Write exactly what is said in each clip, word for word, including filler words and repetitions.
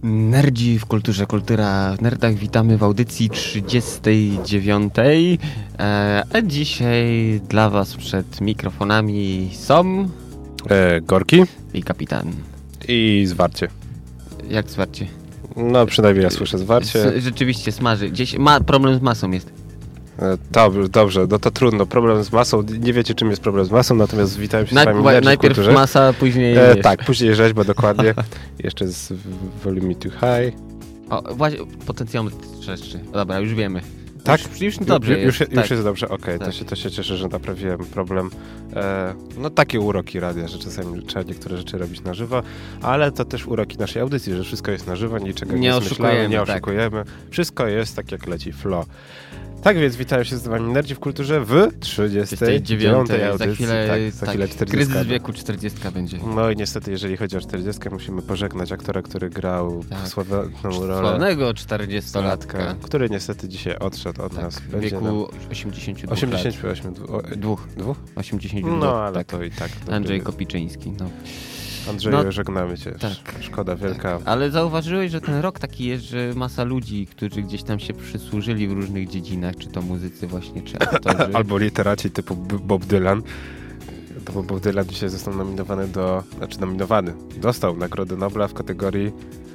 Nerdzi w kulturze, kultura w nerdach. Witamy w audycji trzydziestej dziewiątej. A dzisiaj dla was przed mikrofonami są e, Gorki i Kapitan. I Zwarcie. Jak Zwarcie? No przynajmniej ja słyszę Zwarcie. S- rzeczywiście smaży. Gdzieś ma problem z masą jest. E, dobrze, dobrze, no to trudno. Problem z masą. Nie wiecie czym jest problem z masą, natomiast witam się Na, z wami w, Nerdzi Najpierw w kulturze. masa, później E, tak, później rzeźba, dokładnie. Jeszcze z volume too high. O, właśnie, potencjometr trzeszczy. Dobra, już wiemy. Tak? Już, już dobrze Ju, już, jest. już tak. jest dobrze, okej, okay, tak. to, się, to się cieszę, że naprawiłem problem. E, no takie uroki radia, że czasami trzeba niektóre rzeczy robić na żywo, ale to też uroki naszej audycji, że wszystko jest na żywo, niczego nie, nie zmyślamy, nie oszukujemy. Tak. Wszystko jest tak jak leci flow. Tak więc witają się z wami Nerdzi w kulturze w trzydziestej dziewiątej audycji. Za chwilę, tak, za chwilę tak, czterdziestka. kryzys wieku czterdziestka będzie. No i niestety, jeżeli chodzi o czterdziestkę, musimy pożegnać aktora, który grał tak. sławną rolę. Sławnego czterdziestolatka. Który niestety dzisiaj odszedł od tak, nas. W wieku nam... osiemdziesięciu dwóch osiemdziesięciu ośmiu lat. Dwóch. Dwóch? osiemdziesięciu No, dwóch, ale tak. to i tak. Andrzej Kopiczyński, no. Andrzeju, no, żegnamy cię. Tak. Szkoda wielka. Tak. Ale zauważyłeś, że ten rok taki jest, że masa ludzi, którzy gdzieś tam się przysłużyli w różnych dziedzinach, czy to muzycy właśnie, czy aktorzy. Albo literaci typu Bob Dylan. To bo Bob Dylan dzisiaj został nominowany do... Znaczy nominowany. Dostał Nagrodę Nobla w kategorii...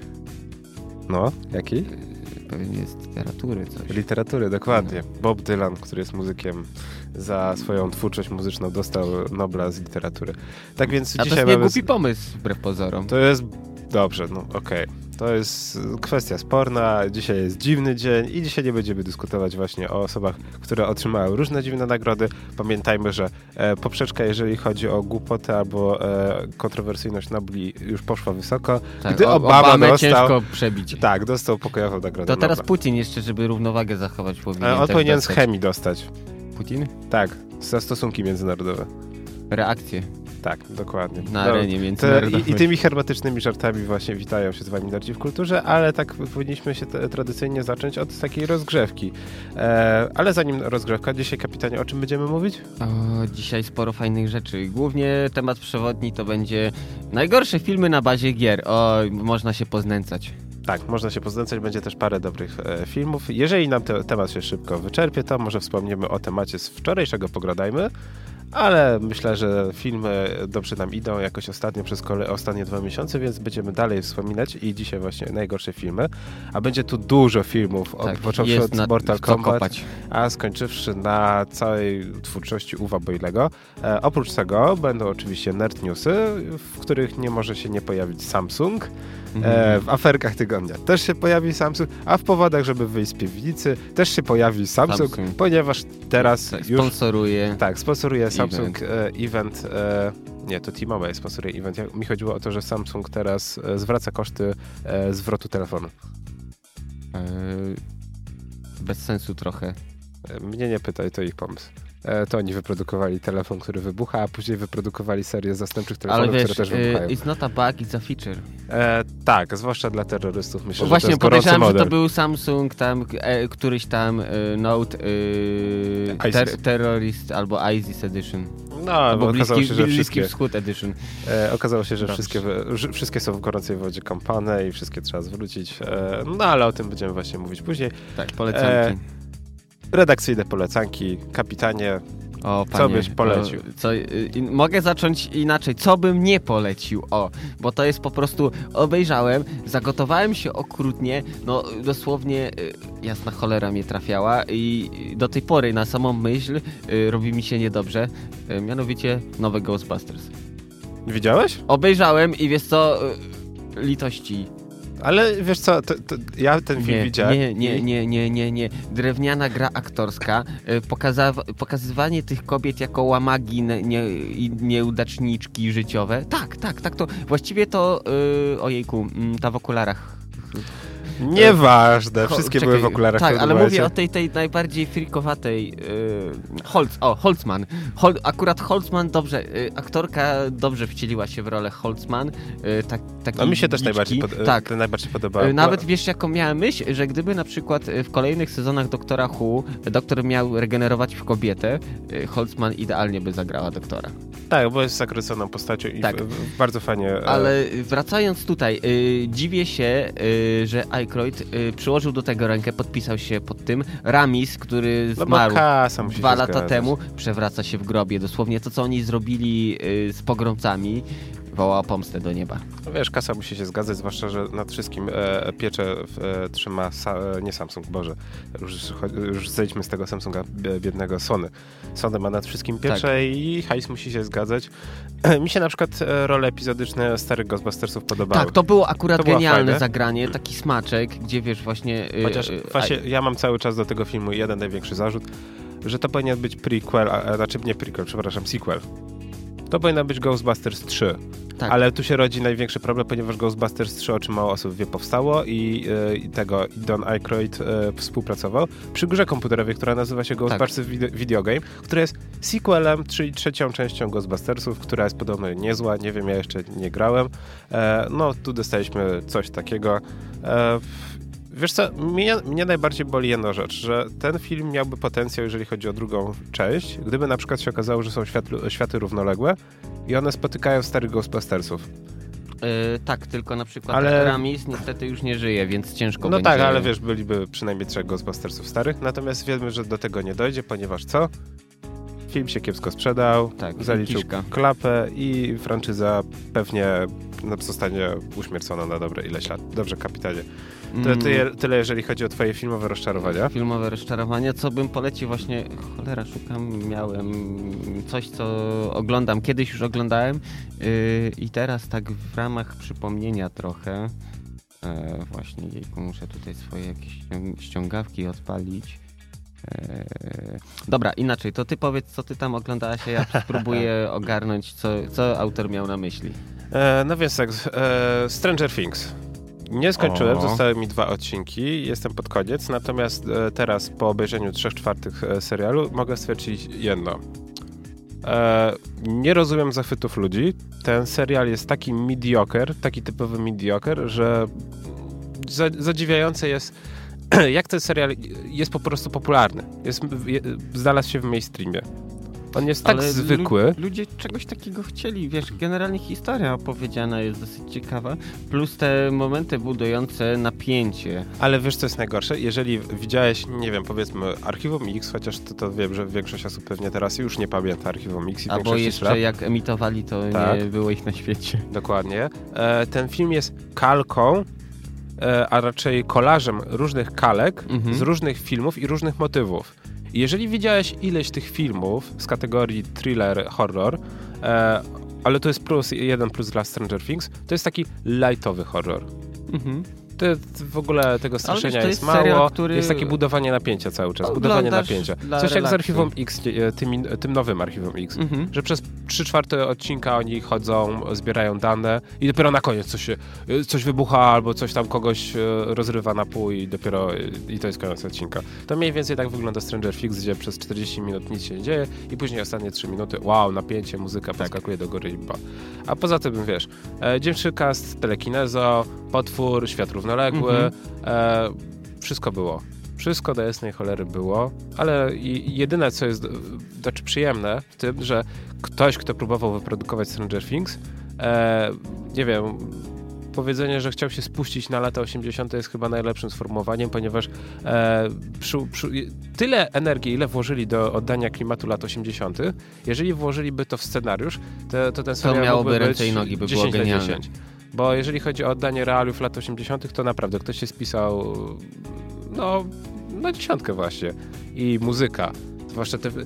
No, jakiej? Pewnie z literatury coś. Literatury, dokładnie. Bob Dylan, który jest muzykiem, za swoją twórczość muzyczną dostał Nobla z literatury. Tak więc A dzisiaj to jest nie mamy... głupi pomysł, wbrew pozorom. To jest... Dobrze, no okej. Okay. To jest kwestia sporna, dzisiaj jest dziwny dzień i dzisiaj nie będziemy dyskutować właśnie o osobach, które otrzymały różne dziwne nagrody. Pamiętajmy, że e, poprzeczka, jeżeli chodzi o głupotę albo e, kontrowersyjność Nobli, już poszła wysoko. Tak, Gdy o, Obama Obamę dostał... ciężko przebić. Tak, dostał pokojową nagrodę To teraz Nobla. Putin jeszcze, żeby równowagę zachować, powinien e, On powinien dostać. z chemii dostać. Putin? Tak, za stosunki międzynarodowe. Reakcje. Tak, dokładnie. Na arenie no, międzynarodowej. I, I tymi hermetycznymi żartami właśnie witają się z wami Nerdzi w kulturze, ale tak powinniśmy się te, tradycyjnie zacząć od takiej rozgrzewki. E, ale zanim rozgrzewka, dzisiaj kapitanie, o czym będziemy mówić? O, dzisiaj sporo fajnych rzeczy. Głównie temat przewodni to będzie najgorsze filmy na bazie gier. O, można się poznęcać. Tak, można się poznęcać, będzie też parę dobrych e, filmów. Jeżeli nam te, temat się szybko wyczerpie, to może wspomniemy o temacie z wczorajszego Pogradajmy. Ale myślę, że filmy dobrze nam idą jakoś ostatnio przez kole- ostatnie dwa miesiące, więc będziemy dalej wspominać i dzisiaj właśnie najgorsze filmy. A będzie tu dużo filmów, tak, od, począwszy od na, Mortal Kombat, kopać. a skończywszy na całej twórczości Uwa Boylego. E, oprócz tego będą oczywiście nerd newsy, w których nie może się nie pojawić Samsung. E, w aferkach tygodnia też się pojawi Samsung, a w powodach, żeby wyjść z piwnicy, też się pojawi Samsung, Samsung. ponieważ teraz tak, już... Sponsoruje. Tak, sponsoruje Samsung event. e, event e, nie, to T-Mobile sponsoruje event. Ja, mi chodziło o to, że Samsung teraz e, zwraca koszty e, zwrotu telefonu. E, bez sensu trochę. E, mnie nie pytaj, to ich pomysł. E, to oni wyprodukowali telefon, który wybucha, a później wyprodukowali serię zastępczych telefonów, Ale wiesz, które też wybuchają. it's not a bug, it's a feature. E, tak, zwłaszcza dla terrorystów. Myślę, Właśnie że to jest gorący podejrzewam, model. że to był Samsung, tam e, któryś tam e, Note e, ter, Terrorist albo ISIS Edition. No, albo bo okazało Bliski, się, że Bliski wszystkie, Wschód Edition. e, okazało się, że Dobrze. wszystkie, że wszystkie są w gorącej wodzie kąpane i wszystkie trzeba zwrócić. E, no, ale o tym będziemy właśnie mówić później. Tak, polecanki. E, redakcyjne polecanki. Kapitanie, O, panie, co byś polecił? To, co, y, mogę zacząć inaczej. Co bym nie polecił? O, bo to jest po prostu... Obejrzałem, zagotowałem się okrutnie, no dosłownie y, jasna cholera mnie trafiała i do tej pory na samą myśl y, robi mi się niedobrze. Y, mianowicie nowe Ghostbusters. Widziałeś? Obejrzałem i wiesz co... Y, litości. Ale wiesz co, to, to ja ten film nie, widziałem. Nie, nie, nie, nie, nie, nie. Drewniana gra aktorska, y, pokaza- pokazywanie tych kobiet jako łamagi ne, nie, i nieudaczniczki życiowe. Tak, tak, tak, to właściwie to, y, ojejku, y, ta w okularach. Nieważne, wszystkie Czekaj, były w okularach. Tak, w ale momencie. mówię o tej, tej najbardziej frikowatej yy, Holz, o, Holtzman. Hol, akurat Holtzman dobrze, yy, aktorka dobrze wcieliła się w rolę Holtzman. Yy, tak, No mi się też najbardziej, pod, tak. najbardziej podobało. Yy, nawet wiesz, jaką miałem myśl, że gdyby na przykład w kolejnych sezonach Doktora Who doktor miał regenerować w kobietę, yy, Holtzman idealnie by zagrała doktora. Tak, bo jest zakresoną postacią i tak. w, w, bardzo fajnie... Ale wracając tutaj, yy, dziwię się, yy, że Aykroyd yy, przyłożył do tego rękę, podpisał się pod tym. Ramis, który zmarł no dwa lata zgadzać. temu, przewraca się w grobie. Dosłownie to, co oni zrobili yy, z pogromcami, woła o pomstę do nieba. No wiesz, kasa musi się zgadzać, zwłaszcza, że nad wszystkim e, pieczę e, trzyma, sa, e, nie Samsung, Boże, już, już zejdźmy z tego Samsunga biednego, Sony. Sony ma nad wszystkim pieczę tak. i hajs musi się zgadzać. Mi się na przykład role epizodyczne starych Ghostbustersów podobały. Tak, to było akurat to genialne fajne. zagranie, taki smaczek, gdzie wiesz właśnie... Chociaż yy, właśnie ja mam cały czas do tego filmu jeden największy zarzut, że to powinien być prequel, a, a znaczy nie prequel, przepraszam, sequel. To powinno być Ghostbusters trzy. Tak. Ale tu się rodzi największy problem, ponieważ Ghostbusters trzy, o czym mało osób wie, powstało i, yy, i tego i Don Aykroyd yy, współpracował przy grze komputerowej, która nazywa się Ghostbusters tak. Video, Video Game, która jest sequelem, czyli trzecią częścią Ghostbustersów, która jest podobno niezła, nie wiem, ja jeszcze nie grałem. E, no, tu dostaliśmy coś takiego. E, Wiesz co, mnie, mnie najbardziej boli jedna rzecz, że ten film miałby potencjał, jeżeli chodzi o drugą część, gdyby na przykład się okazało, że są światły, światy równoległe i one spotykają starych Ghostbustersów. Yy, tak, tylko na przykład ale... Ramis niestety już nie żyje, więc ciężko no będzie... No tak, ale wiesz, byliby przynajmniej trzech Ghostbustersów starych, natomiast wiemy, że do tego nie dojdzie, ponieważ co? Film się kiepsko sprzedał, tak, zaliczył kiszka. klapę i franczyza pewnie zostanie uśmiercona na dobre ileś lat. Dobrze, kapitanie. To ty, tyle, jeżeli chodzi o twoje filmowe rozczarowania. Filmowe rozczarowania, co bym polecił właśnie, cholera, szukam, miałem coś, co oglądam, kiedyś już oglądałem yy, i teraz tak w ramach przypomnienia trochę, yy, właśnie, jejku, muszę tutaj swoje jakieś ściągawki odpalić. Eee, dobra, inaczej, to ty powiedz, co ty tam oglądałaś, a ja spróbuję ogarnąć, co, co autor miał na myśli. E, no więc tak, e, Stranger Things. Nie skończyłem, o. zostały mi dwa odcinki, jestem pod koniec, natomiast e, teraz po obejrzeniu trzech czwartych e, serialu mogę stwierdzić jedno. E, nie rozumiem zachwytów ludzi. Ten serial jest taki mediocre, taki typowy mediocre, że za, zadziwiające jest, jak ten serial jest po prostu popularny. Jest, je, znalazł się w mainstreamie. On jest tak Ale zwykły. Lu- ludzie czegoś takiego chcieli, wiesz, generalnie historia opowiedziana jest dosyć ciekawa, plus te momenty budujące napięcie. Ale wiesz, co jest najgorsze? Jeżeli widziałeś, nie wiem, powiedzmy Archiwum X, chociaż to, to wiem, że większość osób pewnie teraz już nie pamięta Archiwum X i albo jeszcze spraw. Jak emitowali, to tak. nie było ich na świecie. Dokładnie. E, ten film jest kalką, e, a raczej kolażem różnych kalek mhm. z różnych filmów i różnych motywów. Jeżeli widziałeś ileś tych filmów z kategorii thriller, horror, e, ale to jest plus, jeden plus dla Stranger Things, to jest taki lightowy horror. Mhm. To, w ogóle tego straszenia jest, jest mało, serial, który... jest takie budowanie napięcia cały czas, budowanie napięcia. Coś relaksu. Jak z Archiwum X, tym, tym nowym Archiwum X, mhm. że przez trzy czwarte odcinka oni chodzą, zbierają dane i dopiero na koniec coś, się, coś wybucha albo coś tam kogoś rozrywa na pół i dopiero i to jest koniec odcinka. To mniej więcej tak wygląda Stranger Things, gdzie przez czterdzieści minut nic się nie dzieje i później ostatnie trzy minuty, wow, napięcie, muzyka tak. podskakuje do góry i ba. A poza tym, wiesz, e, dziewczynka cast, telekinezo, potwór, świat równoległy, mm-hmm. e, wszystko było. Wszystko do jasnej cholery było, ale i, jedyne, co jest znaczy przyjemne w tym, że ktoś, kto próbował wyprodukować Stranger Things, e, nie wiem, powiedzenie, że chciał się spuścić na lata osiemdziesiąte jest chyba najlepszym sformułowaniem, ponieważ e, przy, przy, tyle energii, ile włożyli do oddania klimatu lat osiemdziesiątych, jeżeli włożyliby to w scenariusz, to, to ten serial to miałoby mógłby ręce być i nogi, by dziesięć było na dziesięć. Bo jeżeli chodzi o oddanie realiów lat osiemdziesiątych, to naprawdę ktoś się spisał no, na dziesiątkę właśnie. I muzyka. Zwłaszcza te...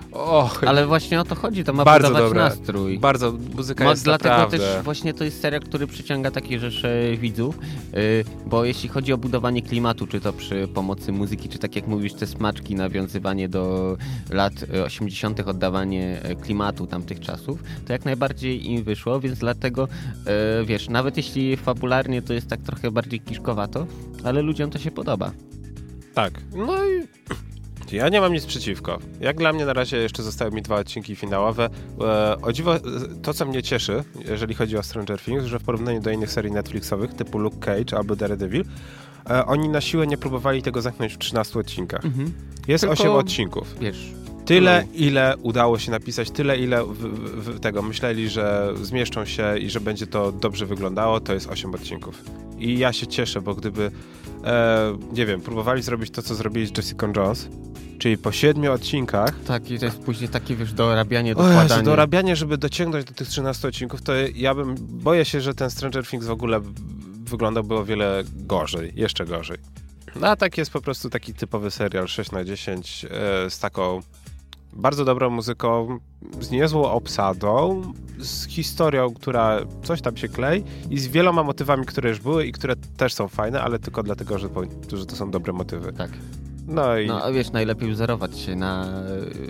Och, Ale właśnie o to chodzi, to ma bardzo budować dobra. nastrój. Bardzo, muzyka No, jest dlatego naprawdę... też właśnie to jest serial, który przyciąga takie rzesze widzów, yy, bo jeśli chodzi o budowanie klimatu, czy to przy pomocy muzyki, czy tak jak mówisz, te smaczki, nawiązywanie do lat osiemdziesiątych, oddawanie klimatu tamtych czasów, to jak najbardziej im wyszło, więc dlatego, yy, wiesz, nawet jeśli fabularnie to jest tak trochę bardziej kiszkowato, ale ludziom to się podoba. Tak, no i ja nie mam nic przeciwko. Jak dla mnie na razie jeszcze zostały mi dwa odcinki finałowe. E, o dziwo, to co mnie cieszy, jeżeli chodzi o Stranger Things, że w porównaniu do innych serii Netflixowych typu Luke Cage albo Daredevil, e, oni na siłę nie próbowali tego zamknąć w trzynastu odcinkach. Mhm. Jest Tylko, osiem odcinków. Wiesz, Tyle, ile udało się napisać, tyle, ile w, w, w tego myśleli, że zmieszczą się i że będzie to dobrze wyglądało, to jest osiem odcinków. I ja się cieszę, bo gdyby, e, nie wiem, próbowali zrobić to, co zrobili z Jessica Jones, czyli po siedmiu odcinkach. Tak, i to jest później takie, wiesz, dorabianie, dokładanie. dokładanie. Dorabianie, żeby dociągnąć do tych trzynastu odcinków, to ja bym, boję się, że ten Stranger Things w ogóle wyglądałby o wiele gorzej, jeszcze gorzej. No a tak jest po prostu taki typowy serial sześć na dziesięć e, z taką bardzo dobrą muzyką, z niezłą obsadą, z historią, która coś tam się klei i z wieloma motywami, które już były i które też są fajne, ale tylko dlatego, że, że to są dobre motywy. Tak. No i... No, a wiesz, najlepiej wzorować się na,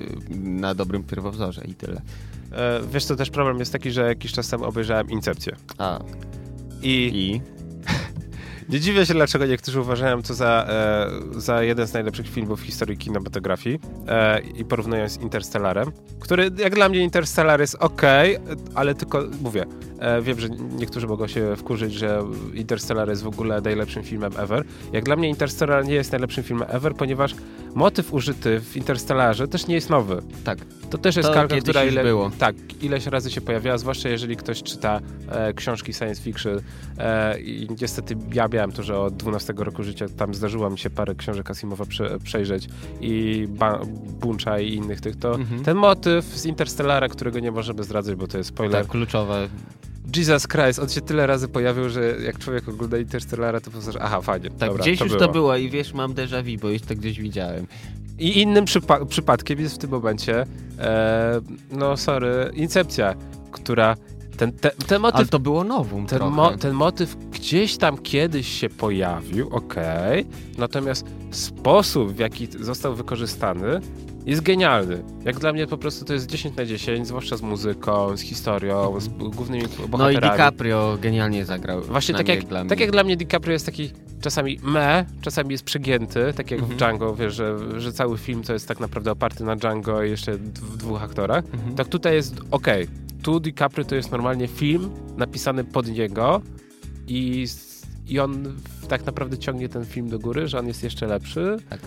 na dobrym pierwowzorze i tyle. E, wiesz, to też problem jest taki, że jakiś czas temu obejrzałem Incepcję. A. I... I? Nie dziwię się, dlaczego niektórzy uważają to za, e, za jeden z najlepszych filmów w historii kinematografii e, i porównują z Interstellarem, który jak dla mnie Interstellar jest okej, okay, ale tylko, mówię, e, wiem, że niektórzy mogą się wkurzyć, że Interstellar jest w ogóle najlepszym filmem ever. Jak dla mnie Interstellar nie jest najlepszym filmem ever, ponieważ motyw użyty w Interstellarze też nie jest nowy. Tak. To też jest to kalka, która ile, było. Tak, ileś razy się pojawiała, zwłaszcza jeżeli ktoś czyta e, książki science fiction e, i niestety ja miałem to, że od dwunastego roku życia tam zdarzyło mi się parę książek Asimowa prze, przejrzeć i ba, Buncha i innych tych, to mhm. ten motyw z Interstellara, którego nie możemy zdradzać, bo to jest spoiler. Tak, kluczowe. Jesus Christ, on się tyle razy pojawił, że jak człowiek ogląda Interstellara, to po prostu, aha, fajnie. Tak, dobra, gdzieś to już było. to było i wiesz, mam déjà vu, bo już to gdzieś widziałem. I innym przypa- przypadkiem jest w tym momencie, e, no sorry, Incepcja, która ten, te, ten motyw... Ale to było nowum ten, mo- ten motyw gdzieś tam kiedyś się pojawił, okej, okay, natomiast sposób, w jaki został wykorzystany, jest genialny. Jak dla mnie po prostu to jest dziesięć na dziesięć, zwłaszcza z muzyką, z historią, z głównymi bohaterami. No i DiCaprio genialnie zagrał. Właśnie tak jak, jak dla tak jak dla mnie DiCaprio jest taki czasami me, czasami jest przegięty, tak jak mhm. w Django, wiesz, że, że cały film to jest tak naprawdę oparty na Django i jeszcze w dwóch aktorach. Mhm. Tak tutaj jest okej. Okay. Tu DiCaprio to jest normalnie film napisany pod niego i, i on tak naprawdę ciągnie ten film do góry, że on jest jeszcze lepszy. Tak.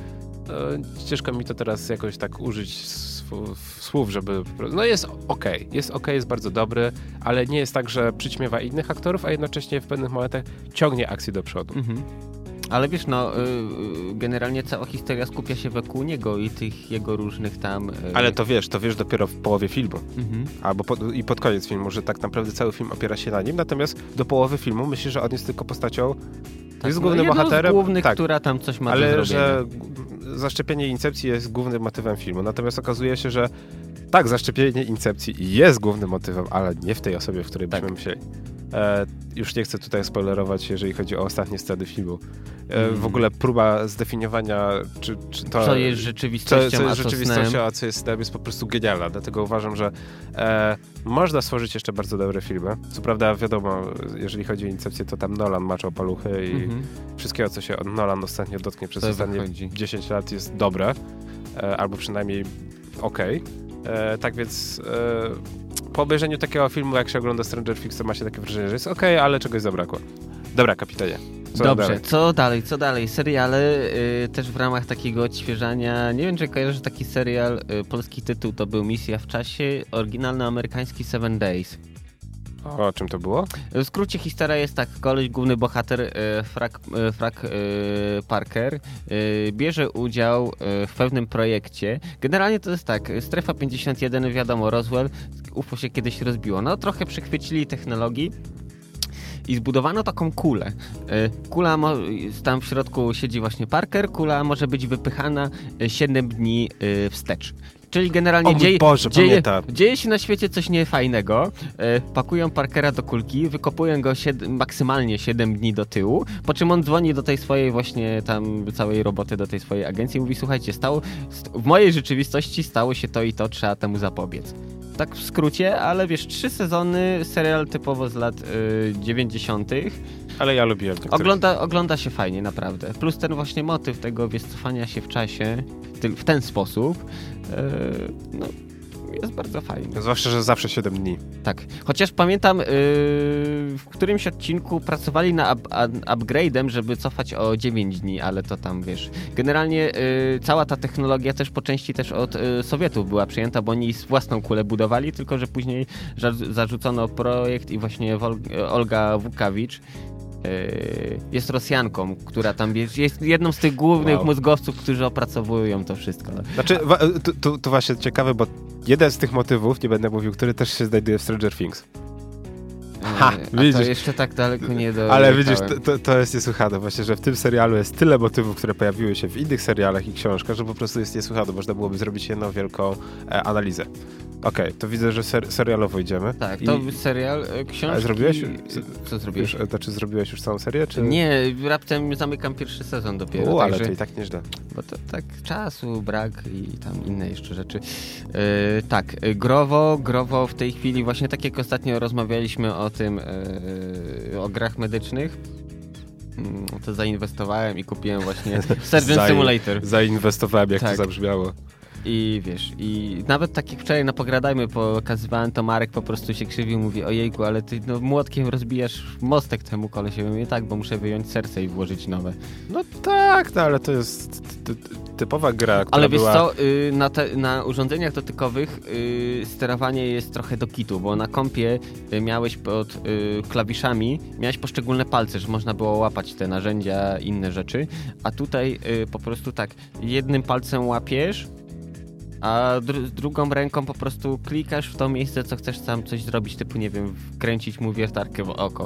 Ciężko mi to teraz jakoś tak użyć słów, żeby... No jest okej, okay. jest okej, okay, jest bardzo dobry, ale nie jest tak, że przyćmiewa innych aktorów, a jednocześnie w pewnych momentach ciągnie akcję do przodu. Mhm. Ale wiesz, no, generalnie cała historia skupia się wokół niego i tych jego różnych tam... Ale to wiesz, to wiesz dopiero w połowie filmu. Mhm. Albo pod, i pod koniec filmu, że tak naprawdę cały film opiera się na nim, natomiast do połowy filmu myślisz, że on jest tylko postacią... Tak, jest głównym no, bohaterem. Z głównych, tak, która tam coś ma ale do zrobienia. Że zaszczepienie Incepcji jest głównym motywem filmu. Natomiast okazuje się, że tak, zaszczepienie Incepcji jest głównym motywem, ale nie w tej osobie, w której tak. byśmy myśleli. E, już nie chcę tutaj spoilerować, jeżeli chodzi o ostatnie sceny filmu. E, mm. W ogóle próba zdefiniowania, czy, czy to... Co jest rzeczywistością, co, co jest a co rzeczywistością, snem. a co jest snem, jest po prostu genialna. Dlatego uważam, że e, można stworzyć jeszcze bardzo dobre filmy. Co prawda, wiadomo, jeżeli chodzi o Incepcję, to tam Nolan maczał paluchy i mm-hmm. wszystkiego, co się Nolan ostatnio dotknie przez to ostatnie wychodzi. dziesięć lat jest dobre. E, albo przynajmniej okej. Okay. Tak więc... E, po obejrzeniu takiego filmu, jak się ogląda Stranger Things, to ma się takie wrażenie, że jest okej, okay, ale czegoś zabrakło. Dobra, kapitanie. Co Dobrze, dalej? co dalej, co dalej? Seriale y, też w ramach takiego odświeżania. Nie wiem, czy kojarzysz taki serial, y, polski tytuł to był Misja w czasie, oryginalny amerykański Seven Days. O, o czym to było? W skrócie historia jest tak, koleś, główny bohater e, Frank, e, Frank e, Parker e, bierze udział e, w pewnym projekcie. Generalnie to jest tak, Strefa pięćdziesiąt jeden, wiadomo, Roswell, U F O się kiedyś rozbiło. No trochę przychwycili technologii i zbudowano taką kulę. E, kula, mo- tam w środku siedzi właśnie Parker, kula może być wypychana siedem dni e, wstecz. Czyli generalnie O mój dzieje, Boże, dzieje, pamiętam. dzieje się na świecie coś niefajnego. E, pakują Parkera do kulki, wykopują go sied- maksymalnie siedem dni do tyłu, po czym on dzwoni do tej swojej właśnie tam całej roboty, do tej swojej agencji i mówi, słuchajcie, stało, w mojej rzeczywistości stało się to i to, trzeba temu zapobiec. Tak w skrócie, ale wiesz, trzy sezony, serial typowo z lat y, dziewięćdziesiątych. Ale ja lubiłem. Ogląda, ogląda się fajnie, naprawdę. Plus ten właśnie motyw tego, wiesz, cofania się w czasie w ten sposób, yy, no, jest bardzo fajny. Zwłaszcza, że zawsze siedem dni. Tak. Chociaż pamiętam, yy, w którymś odcinku pracowali na up, upgrade'em, żeby cofać o dziewięć dni, ale to tam, wiesz, generalnie yy, cała ta technologia też po części też od yy, Sowietów była przyjęta, bo oni własną kulę budowali, tylko że później ża- zarzucono projekt i właśnie Wol- Olga Wukawicz jest Rosjanką, która tam jest, jest jedną z tych głównych wow. mózgowców, którzy opracowują to wszystko. Znaczy, to, to, to właśnie ciekawe, bo jeden z tych motywów, nie będę mówił, który też się znajduje w Stranger Things. Ha, a widzisz. To jeszcze tak daleko nie do. Ale widzisz, to, to jest niesłychane właśnie, że w tym serialu jest tyle motywów, które pojawiły się w innych serialach i książkach, że po prostu jest niesłychane. Można byłoby zrobić jedną wielką e, analizę. Okej, okay, to widzę, że ser- serialowo idziemy. Tak, to I... serial, książki... A zrobiłeś? Co zrobiłeś? Już, znaczy zrobiłeś już całą serię, czy... Nie, raptem zamykam pierwszy sezon dopiero. U, ale także... to i tak nieźle. Bo to tak czasu, brak i tam inne jeszcze rzeczy. Yy, tak, growo, growo w tej chwili, właśnie tak jak ostatnio rozmawialiśmy o tym, yy, o grach medycznych, to zainwestowałem i kupiłem właśnie Surgeon Zain- Simulator. Zainwestowałem, jak tak. to zabrzmiało. I wiesz, i nawet tak jak wczoraj na Pogradajmy pokazywałem, to Marek po prostu się krzywił, mówi, ojejku, ale ty no, młotkiem rozbijasz mostek temu kolesiowi. Mówię, tak, bo muszę wyjąć serce i włożyć nowe. No tak, no, ale to jest ty- ty- typowa gra, która Ale wiesz była... co, y, na, te, na urządzeniach dotykowych y, sterowanie jest trochę do kitu, bo na kompie y, miałeś pod y, klawiszami, miałeś poszczególne palce, że można było łapać te narzędzia, inne rzeczy, a tutaj y, po prostu tak, jednym palcem łapiesz, a dru- drugą ręką po prostu klikasz w to miejsce, co chcesz tam coś zrobić, typu, nie wiem, wkręcić mu wiertarkę w oko.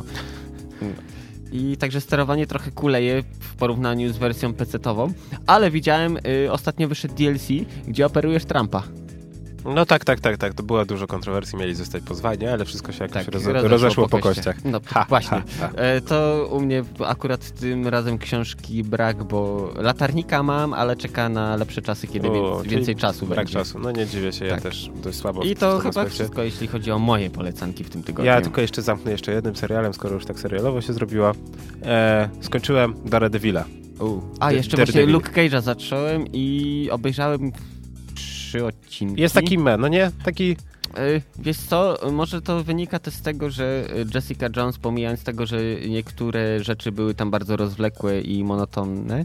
I także sterowanie trochę kuleje w porównaniu z wersją pecetową, ale widziałem, y, ostatnio wyszedł D L C, gdzie operujesz Trumpa. No tak, tak, tak, tak. To było dużo kontrowersji, mieli zostać pozwani, ale wszystko się jakoś tak, roz- rozeszło, rozeszło po po kościach. kościach. No ha, właśnie. Ha, ha. E, to u mnie akurat tym razem książki brak, bo latarnika mam, ale czeka na lepsze czasy, kiedy o, wie- więcej czasu brak będzie. czasu. No nie dziwię się, ja tak. też dość słabo I w to tym chyba aspekcie. wszystko, jeśli chodzi o moje polecanki w tym tygodniu. Ja tylko jeszcze zamknę jeszcze jednym serialem, skoro już tak serialowo się zrobiło. E, skończyłem Daredevila. U. A, jeszcze Daredevil. właśnie Luke Cage'a zacząłem i obejrzałem trzy odcinki. Jest taki me, no nie? Taki... Wiesz co, może to wynika też z tego, że Jessica Jones, pomijając tego, że niektóre rzeczy były tam bardzo rozwlekłe i monotonne,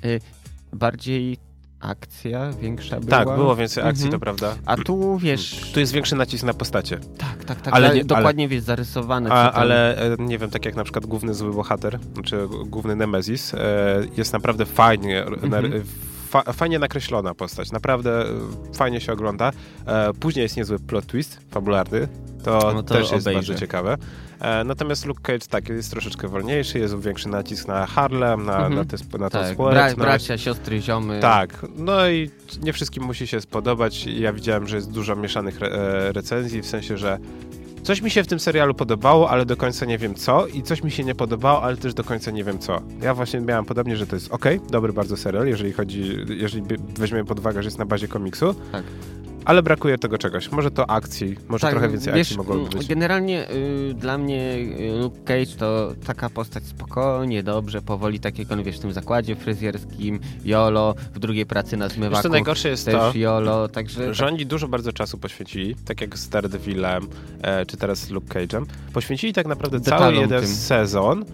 bardziej akcja większa była. Tak, było więcej akcji, mhm. to prawda. A tu, wiesz... Tu jest większy nacisk na postacie. Tak, tak, tak. Ale nie, dokładnie, ale, wiesz, zarysowane. A, ale, nie wiem, tak jak na przykład główny zły bohater, czy główny Nemezis, jest naprawdę fajnie... Mhm. Fa- fajnie nakreślona postać, naprawdę fajnie się ogląda. E, później jest niezły plot twist fabularny, to, no to też jest obejrzę. bardzo ciekawe. E, natomiast Luke Cage tak, jest troszeczkę wolniejszy, jest większy nacisk na Harlem, na, mhm. na, te, na tak, tą społeczność. Bra- bracia, siostry, ziomy. Tak, no i nie wszystkim musi się spodobać. Ja widziałem, że jest dużo mieszanych re- recenzji, w sensie, że coś mi się w tym serialu podobało, ale do końca nie wiem co i coś mi się nie podobało, ale też do końca nie wiem co. Ja właśnie miałem podobnie, że to jest okej, okay, dobry bardzo serial, jeżeli chodzi, jeżeli weźmiemy pod uwagę, że jest na bazie komiksu. Tak. Ale brakuje tego czegoś. Może to akcji, może tak, trochę więcej wiesz, akcji mogłoby być. Generalnie y, dla mnie Luke Cage to taka postać spokojnie, dobrze, powoli, tak jak on, wiesz, w tym zakładzie fryzjerskim, YOLO, w drugiej pracy na zmywaku. Wiesz, co najgorsze jest też to, YOLO, także... że oni dużo bardzo czasu poświęcili, tak jak z Daredevilem, e, czy teraz z Luke Cage'em, poświęcili tak naprawdę Detalom cały jeden tym. sezon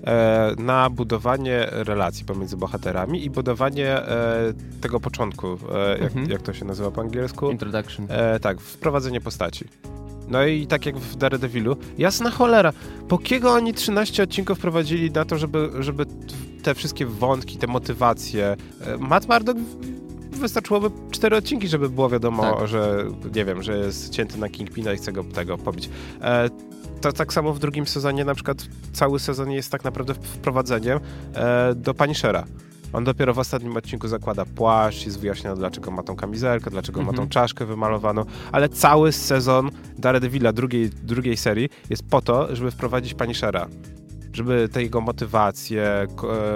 na budowanie relacji pomiędzy bohaterami i budowanie e, tego początku, e, jak, mhm. jak to się nazywa po angielsku? Introduction. E, tak, wprowadzenie postaci. No i tak jak w Daredevilu, jasna cholera, po kiego oni trzynaście odcinków prowadzili na to, żeby, żeby te wszystkie wątki, te motywacje... E, Matt Murdock wystarczyłoby cztery odcinki, żeby było wiadomo, tak. że nie wiem, że jest cięty na Kingpina i chce go tego pobić. E, To tak samo w drugim sezonie, na przykład cały sezon jest tak naprawdę wprowadzeniem e, do Punishera. On dopiero w ostatnim odcinku zakłada płaszcz, jest wyjaśnione, dlaczego ma tą kamizelkę, dlaczego mhm. ma tą czaszkę wymalowaną, ale cały sezon Daredevila drugiej, drugiej serii jest po to, żeby wprowadzić Punishera. Żeby te jego motywacje,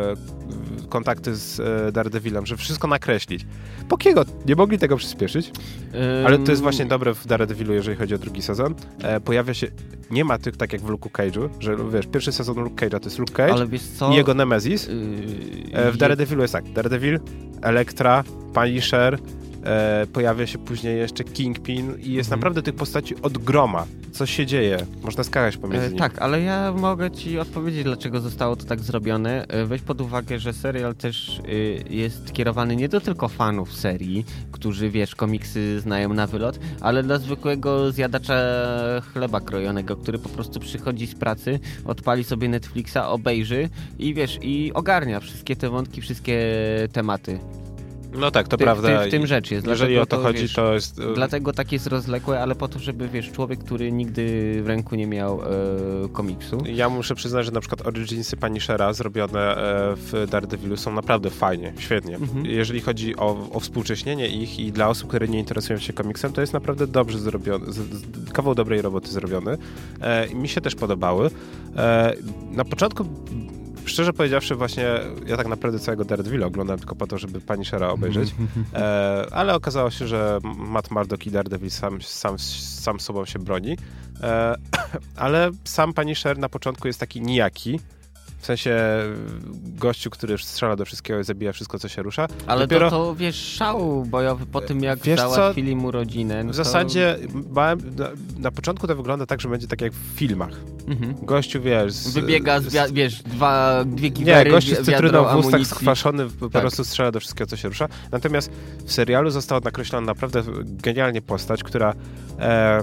kontakty z Daredevilem, żeby wszystko nakreślić. Pokiego nie mogli tego przyspieszyć, um... ale to jest właśnie dobre w Daredevilu, jeżeli chodzi o drugi sezon. E, pojawia się, nie ma tych tak jak w Luke'u Cage'u, że wiesz, pierwszy sezon Luke Cage'a to jest Luke Cage i jego Nemesis. Yy... E, w Daredevilu jest tak, Daredevil, Elektra, Punisher, e, pojawia się później jeszcze Kingpin i jest mhm. naprawdę tych postaci od groma. Co się dzieje? Można skakać pomiędzy nimi. E, tak, ale ja mogę ci odpowiedzieć, dlaczego zostało to tak zrobione. E, weź pod uwagę, że serial też e, jest kierowany nie do tylko fanów serii, którzy, wiesz, komiksy znają na wylot, ale dla zwykłego zjadacza chleba krojonego, który po prostu przychodzi z pracy, odpali sobie Netflixa, obejrzy i wiesz, i ogarnia wszystkie te wątki, wszystkie tematy. No tak, to ty, prawda. Ty, w tym rzecz jest. Jeżeli dlatego o to, to chodzi, wiesz, to jest... Dlatego tak jest rozległe, ale po to, żeby, wiesz, człowiek, który nigdy w ręku nie miał e, komiksu. Ja muszę przyznać, że na przykład Originsy Punishera zrobione e, w Daredevilu są naprawdę fajnie, świetnie. Mhm. Jeżeli chodzi o, o współcześnienie ich i dla osób, które nie interesują się komiksem, to jest naprawdę dobrze zrobione, z, z, kawał dobrej roboty zrobiony. E, mi się też podobały. E, na początku szczerze powiedziawszy, właśnie ja tak naprawdę całego Daredevila oglądam tylko po to, żeby Punishera obejrzeć, e, ale okazało się, że Matt Murdock i Daredevil sam, sam, sam sobą się broni, e, ale sam Punisher na początku jest taki nijaki, w sensie gościu, który strzela do wszystkiego i zabija wszystko, co się rusza. Ale Dopiero... to, to, wiesz, szał bojowy po tym, jak wiesz załatwili co? mu rodzinę. No w zasadzie to... bałem, na, na początku to wygląda tak, że będzie tak jak w filmach. Mhm. Gościu, wiesz... Z, Wybiega, z, z, wiesz, dwa, dwie giwery, Nie, gościu z cytryną w ustach skwaszony, po tak. prostu strzela do wszystkiego, co się rusza. Natomiast w serialu została nakreślona naprawdę genialnie postać, która... E,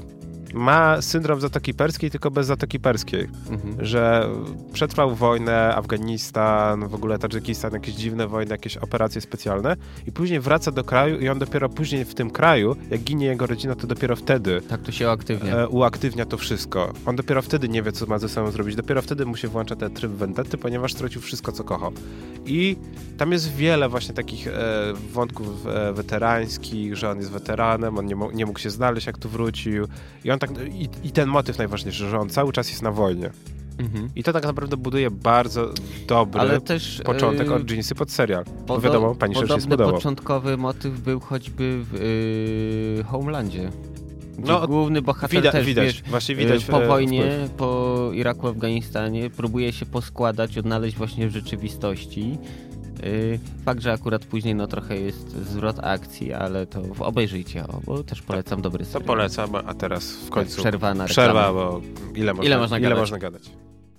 ma syndrom Zatoki Perskiej, tylko bez Zatoki Perskiej. Mhm. Że przetrwał wojnę, Afganistan, w ogóle Tadżykistan, jakieś dziwne wojny, jakieś operacje specjalne i później wraca do kraju i on dopiero później w tym kraju, jak ginie jego rodzina, to dopiero wtedy tak to się uaktywnia. E, uaktywnia to wszystko. On dopiero wtedy nie wie, co ma ze sobą zrobić. Dopiero wtedy mu się włącza ten tryb vendetty, ponieważ stracił wszystko, co kochał. I tam jest wiele właśnie takich e, wątków e, weterańskich, że on jest weteranem, on nie, mo- nie mógł się znaleźć, jak tu wrócił. I on tak, i, i ten motyw najważniejszy, że on cały czas jest na wojnie. Mhm. I to tak naprawdę buduje bardzo dobry Ale też, początek yy, Originsy pod serial. Podo- Bo wiadomo, Punisher się spodobał. Początkowy motyw był choćby w yy, Homelandzie. No, główny bohater widać, też, widać, wiesz, właśnie widać po wojnie, wpływ. po Iraku, Afganistanie próbuje się poskładać, odnaleźć właśnie w rzeczywistości. Yy, fakt, że akurat później no trochę jest zwrot akcji, ale to obejrzyjcie, o, bo też polecam dobry serial. To polecam, a teraz w końcu tak, przerwa na Przerwa, bo ile można, ile można ile gadać? Można gadać?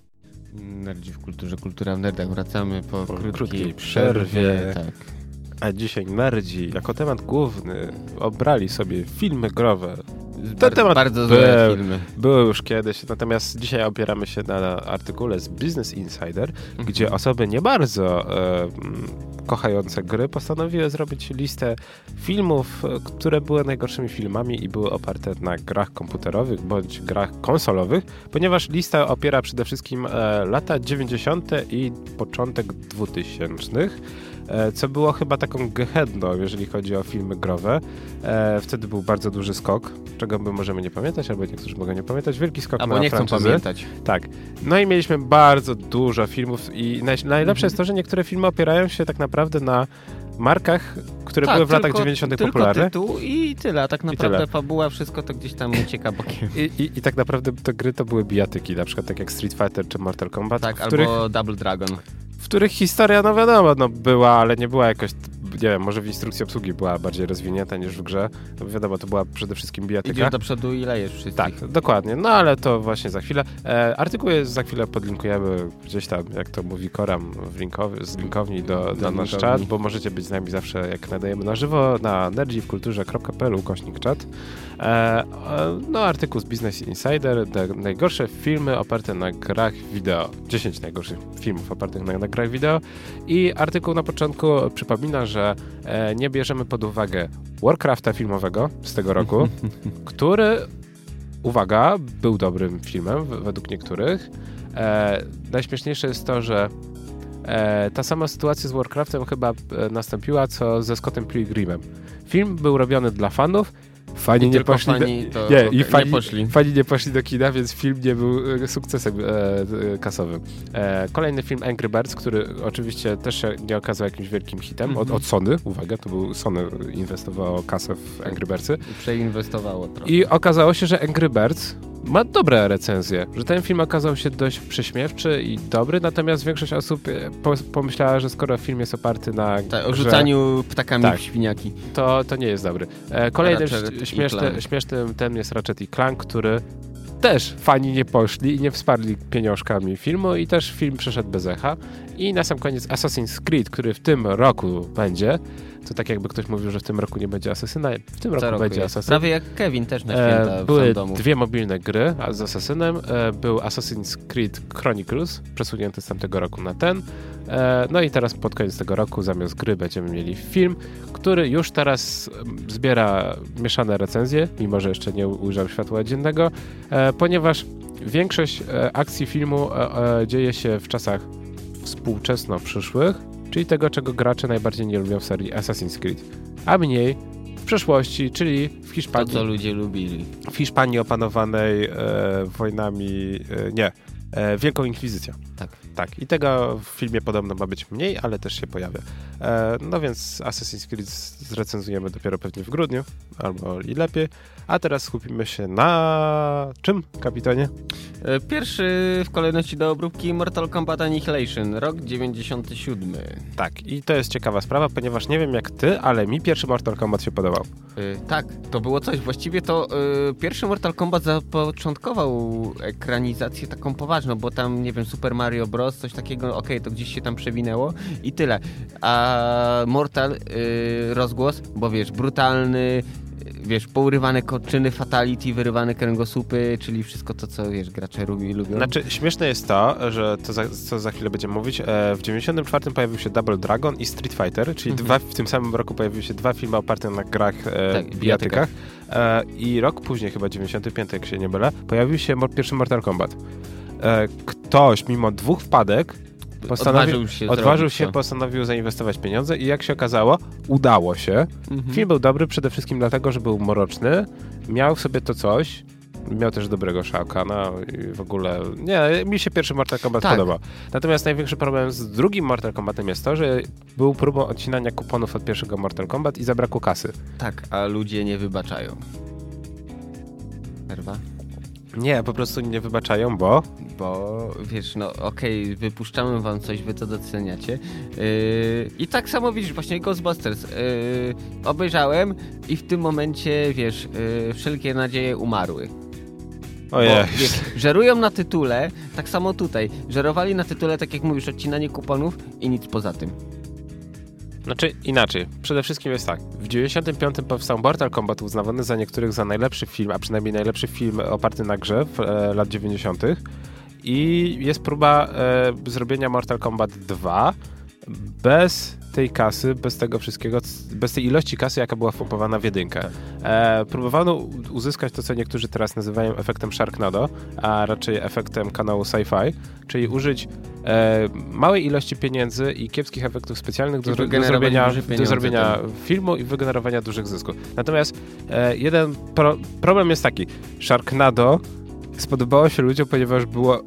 Nerdzi w kulturze, kultura w nerdach. Wracamy po, po krótkiej, krótkiej przerwie. przerwie. Tak. A dzisiaj nerdzi jako temat główny obrali sobie filmy growe. Ten temat bardzo złe był, filmy. Były już kiedyś, natomiast dzisiaj opieramy się na artykule z Business Insider, mhm. gdzie osoby nie bardzo e, kochające gry postanowiły zrobić listę filmów, które były najgorszymi filmami i były oparte na grach komputerowych bądź grach konsolowych, ponieważ lista opiera przede wszystkim e, lata dziewięćdziesiąte i początek dwutysięcznych. Co było chyba taką gehenną, jeżeli chodzi o filmy growe. E, wtedy był bardzo duży skok, czego my możemy nie pamiętać, albo niektórzy mogą nie pamiętać. Wielki skok albo na nie franczyzy. chcą pamiętać. Tak. No i mieliśmy bardzo dużo filmów i naj, najlepsze jest to, że niektóre filmy opierają się tak naprawdę na markach, które tak, były w tylko, latach dziewięćdziesiątych popularne. Tytuł i tyle, a tak naprawdę tyle. Fabuła, wszystko to gdzieś tam ucieka bokiem. I, i, I tak naprawdę te gry to były bijatyki, na przykład tak jak Street Fighter czy Mortal Kombat. Tak, w albo których... Double Dragon. W których historia, no wiadomo, no była, ale nie była jakoś, nie wiem, może w instrukcji obsługi była bardziej rozwinięta niż w grze. No wiadomo, to była przede wszystkim bijatyka. Idziesz do przodu i lejesz wszystkich. Tak, dokładnie. No ale to właśnie za chwilę. E, artykuł jest za chwilę podlinkujemy gdzieś tam, jak to mówi Koram, w linkowy, z linkowni do, do nasz czat, bo możecie być z nami zawsze, jak nadajemy na żywo, na nerdzifkulturze kropka p l ukośnik czat. E, no artykuł z Business Insider, de, najgorsze filmy oparte na grach wideo. dziesięć najgorszych filmów opartych na, na grach wideo. I artykuł na początku przypomina, że e, nie bierzemy pod uwagę Warcrafta filmowego z tego roku, który, uwaga, był dobrym filmem w, według niektórych. E, najśmieszniejsze jest to, że E, ta sama sytuacja z Warcraftem chyba e, nastąpiła, co ze Scottem Pilgrimem. Film był robiony dla fanów, fani I nie poszli fani do, to, nie, okay, i fani, nie poszli. fani nie poszli do kina, więc film nie był e, sukcesem e, kasowym. E, kolejny film Angry Birds, który oczywiście też się nie okazał jakimś wielkim hitem, mm-hmm. od, od Sony, uwaga, to był Sony inwestowało kasę w Angry Birdsy. I przeinwestowało trochę. I okazało się, że Angry Birds ma dobre recenzje, że ten film okazał się dość prześmiewczy i dobry, natomiast większość osób po, pomyślała, że skoro film jest oparty na Ta, o rzucaniu ptakami tak, w świniaki. To, to nie jest dobry. E, kolejnym śmieszny, śmiesznym tem jest Ratchet i Clank, który też fani nie poszli i nie wsparli pieniążkami filmu i też film przeszedł bez echa. I na sam koniec Assassin's Creed, który w tym roku będzie. To tak jakby ktoś mówił, że w tym roku nie będzie Asasyna. W tym roku, roku będzie Assassin. Prawie jak Kevin też na święta e, w Były domu. dwie mobilne gry z Assassinem. E, był Assassin's Creed Chronicles, przesunięty z tamtego roku na ten. E, no i teraz pod koniec tego roku zamiast gry będziemy mieli film, który już teraz zbiera mieszane recenzje, mimo że jeszcze nie ujrzał światła dziennego, e, ponieważ większość e, akcji filmu e, e, dzieje się w czasach współczesno-przyszłych, czyli tego, czego gracze najbardziej nie lubią w serii Assassin's Creed, a mniej w przeszłości, czyli w Hiszpanii. To, co ludzie lubili. W Hiszpanii opanowanej e, wojnami, e, nie, e, Wielką Inkwizycją. Tak. Tak. I tego w filmie podobno ma być mniej, ale też się pojawia. E, no więc Assassin's Creed zrecenzujemy dopiero pewnie w grudniu, albo i lepiej. A teraz skupimy się na czym, kapitanie? Pierwszy w kolejności do obróbki Mortal Kombat Annihilation, rok dziewięćdziesiąty siódmy. Tak, i to jest ciekawa sprawa, ponieważ nie wiem jak ty, ale mi pierwszy Mortal Kombat się podobał. Yy, tak, to było coś. Właściwie to yy, pierwszy Mortal Kombat zapoczątkował ekranizację taką poważną, bo tam, nie wiem, Super Mario Bros., coś takiego, okej, okay, to gdzieś się tam przewinęło i tyle. A Mortal yy, rozgłos, bo wiesz, brutalny, wiesz, pourywane koczyny, fatality, wyrywane kręgosłupy, czyli wszystko to, co, wiesz, gracze lubi, lubią. Znaczy, śmieszne jest to, że to za, co za chwilę będziemy mówić, e, w dziewięćdziesiątym czwartym pojawił się Double Dragon i Street Fighter, czyli mhm. dwa, w tym samym roku pojawiły się dwa filmy oparte na grach, e, tak, bijatykach. E, I rok później, chyba dziewięćdziesiąty piąty, jak się nie mylę, pojawił się mo- pierwszy Mortal Kombat. E, ktoś, mimo dwóch wpadek, Postanowił, odważył się, odważył się postanowił zainwestować pieniądze i jak się okazało, udało się. Mhm. Film był dobry przede wszystkim dlatego, że był mroczny, miał w sobie to coś, miał też dobrego Shao Kahna i w ogóle, nie, mi się pierwszy Mortal Kombat tak. podobał. Natomiast największy problem z drugim Mortal Kombatem jest to, że był próbą odcinania kuponów od pierwszego Mortal Kombat i zabrakło kasy. Tak, a ludzie nie wybaczają. Perwa? Nie, po prostu nie wybaczają, bo... Bo, wiesz, no okej, okay, wypuszczamy wam coś, wy to doceniacie. Yy, I tak samo widzisz, właśnie Ghostbusters. Yy, obejrzałem i w tym momencie, wiesz, yy, wszelkie nadzieje umarły. Ojej. Bo, wiesz, żerują na tytule, tak samo tutaj. Żerowali na tytule, tak jak mówisz, odcinanie kuponów i nic poza tym. Znaczy inaczej, przede wszystkim jest tak, w dziewięćdziesiątym piątym powstał Mortal Kombat, uznawany za niektórych za najlepszy film, a przynajmniej najlepszy film oparty na grze w e, lat dziewięćdziesiątych i jest próba e, zrobienia Mortal Kombat dwa bez tej kasy, bez tego wszystkiego, bez tej ilości kasy, jaka była wpompowana w jedynkę. E, próbowano uzyskać to, co niektórzy teraz nazywają efektem Sharknado, a raczej efektem kanału Sci-Fi, czyli użyć e, małej ilości pieniędzy i kiepskich efektów specjalnych do, do zrobienia, do zrobienia filmu i wygenerowania dużych zysków. Natomiast e, jeden pro, problem jest taki, Sharknado spodobało się ludziom, ponieważ było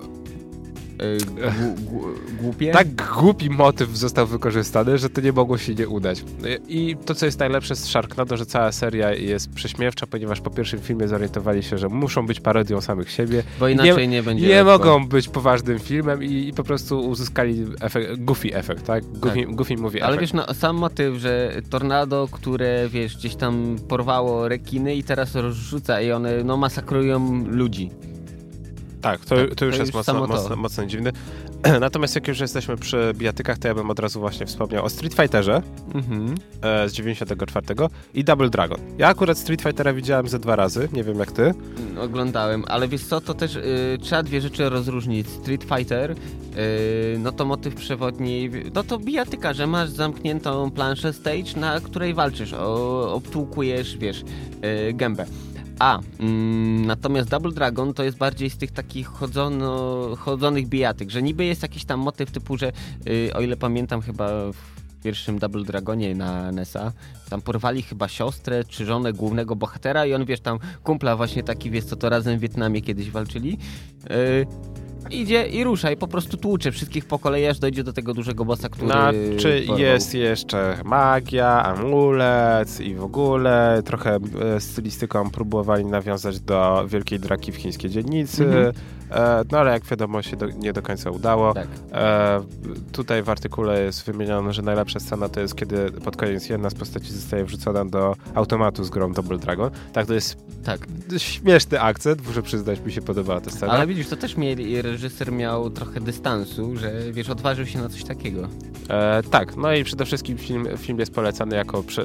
głupie? Tak głupi motyw został wykorzystany, że to nie mogło się nie udać. I to, co jest najlepsze z Sharknado, że cała seria jest prześmiewcza, ponieważ po pierwszym filmie zorientowali się, że muszą być parodią samych siebie. Bo inaczej nie, nie będzie Nie lekko. Mogą być poważnym filmem i, i po prostu uzyskali efekt, goofy efekt, tak? Goofy, tak. Goofy movie Ale efekt. wiesz, no, sam motyw, że tornado, które, wiesz, gdzieś tam porwało rekiny i teraz rozrzuca i one, no, masakrują ludzi. Tak, to, tak, to już to jest mocno, mocno, mocno dziwny. Natomiast jak już jesteśmy przy bijatykach, to ja bym od razu właśnie wspomniał o Street Fighterze mhm. e, z dziewięćdziesiątego czwartego i Double Dragon. Ja akurat Street Fightera widziałem ze dwa razy, nie wiem jak ty. Oglądałem, ale wiesz co, to też y, trzeba dwie rzeczy rozróżnić. Street Fighter, y, no to motyw przewodni, no to bijatyka, że masz zamkniętą planszę stage, na której walczysz, o, obtłukujesz, wiesz, y, gębę. A, mm, natomiast Double Dragon to jest bardziej z tych takich chodzono, chodzonych bijatyk, że niby jest jakiś tam motyw typu, że yy, o ile pamiętam chyba w pierwszym Double Dragonie na N E S a, tam porwali chyba siostrę czy żonę głównego bohatera i on, wiesz, tam kumpla właśnie taki, wiesz co, to razem w Wietnamie kiedyś walczyli. Yy, Idzie i rusza i po prostu tłucze wszystkich po kolei, aż dojdzie do tego dużego bossa, który... Znaczy porwał. jest jeszcze magia, amulet i w ogóle trochę e, stylistyką próbowali nawiązać do Wielkiej Draki w chińskiej dzielnicy, mm-hmm. e, no ale jak wiadomo się do, nie do końca udało. Tak. E, tutaj w artykule jest wymienione, że najlepsza scena to jest, kiedy pod koniec jedna z postaci zostaje wrzucona do automatu z grą Double Dragon. Tak, to jest tak. śmieszny akcent, muszę przyznać, mi się podobała ta scena. Ale widzisz, to też mieli, reżyser miał trochę dystansu, że wiesz, odważył się na coś takiego. E, tak, no i przede wszystkim film, film jest polecany jako, prze, e,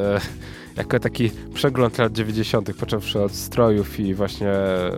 jako taki przegląd lat dziewięćdziesiątych, począwszy od strojów i właśnie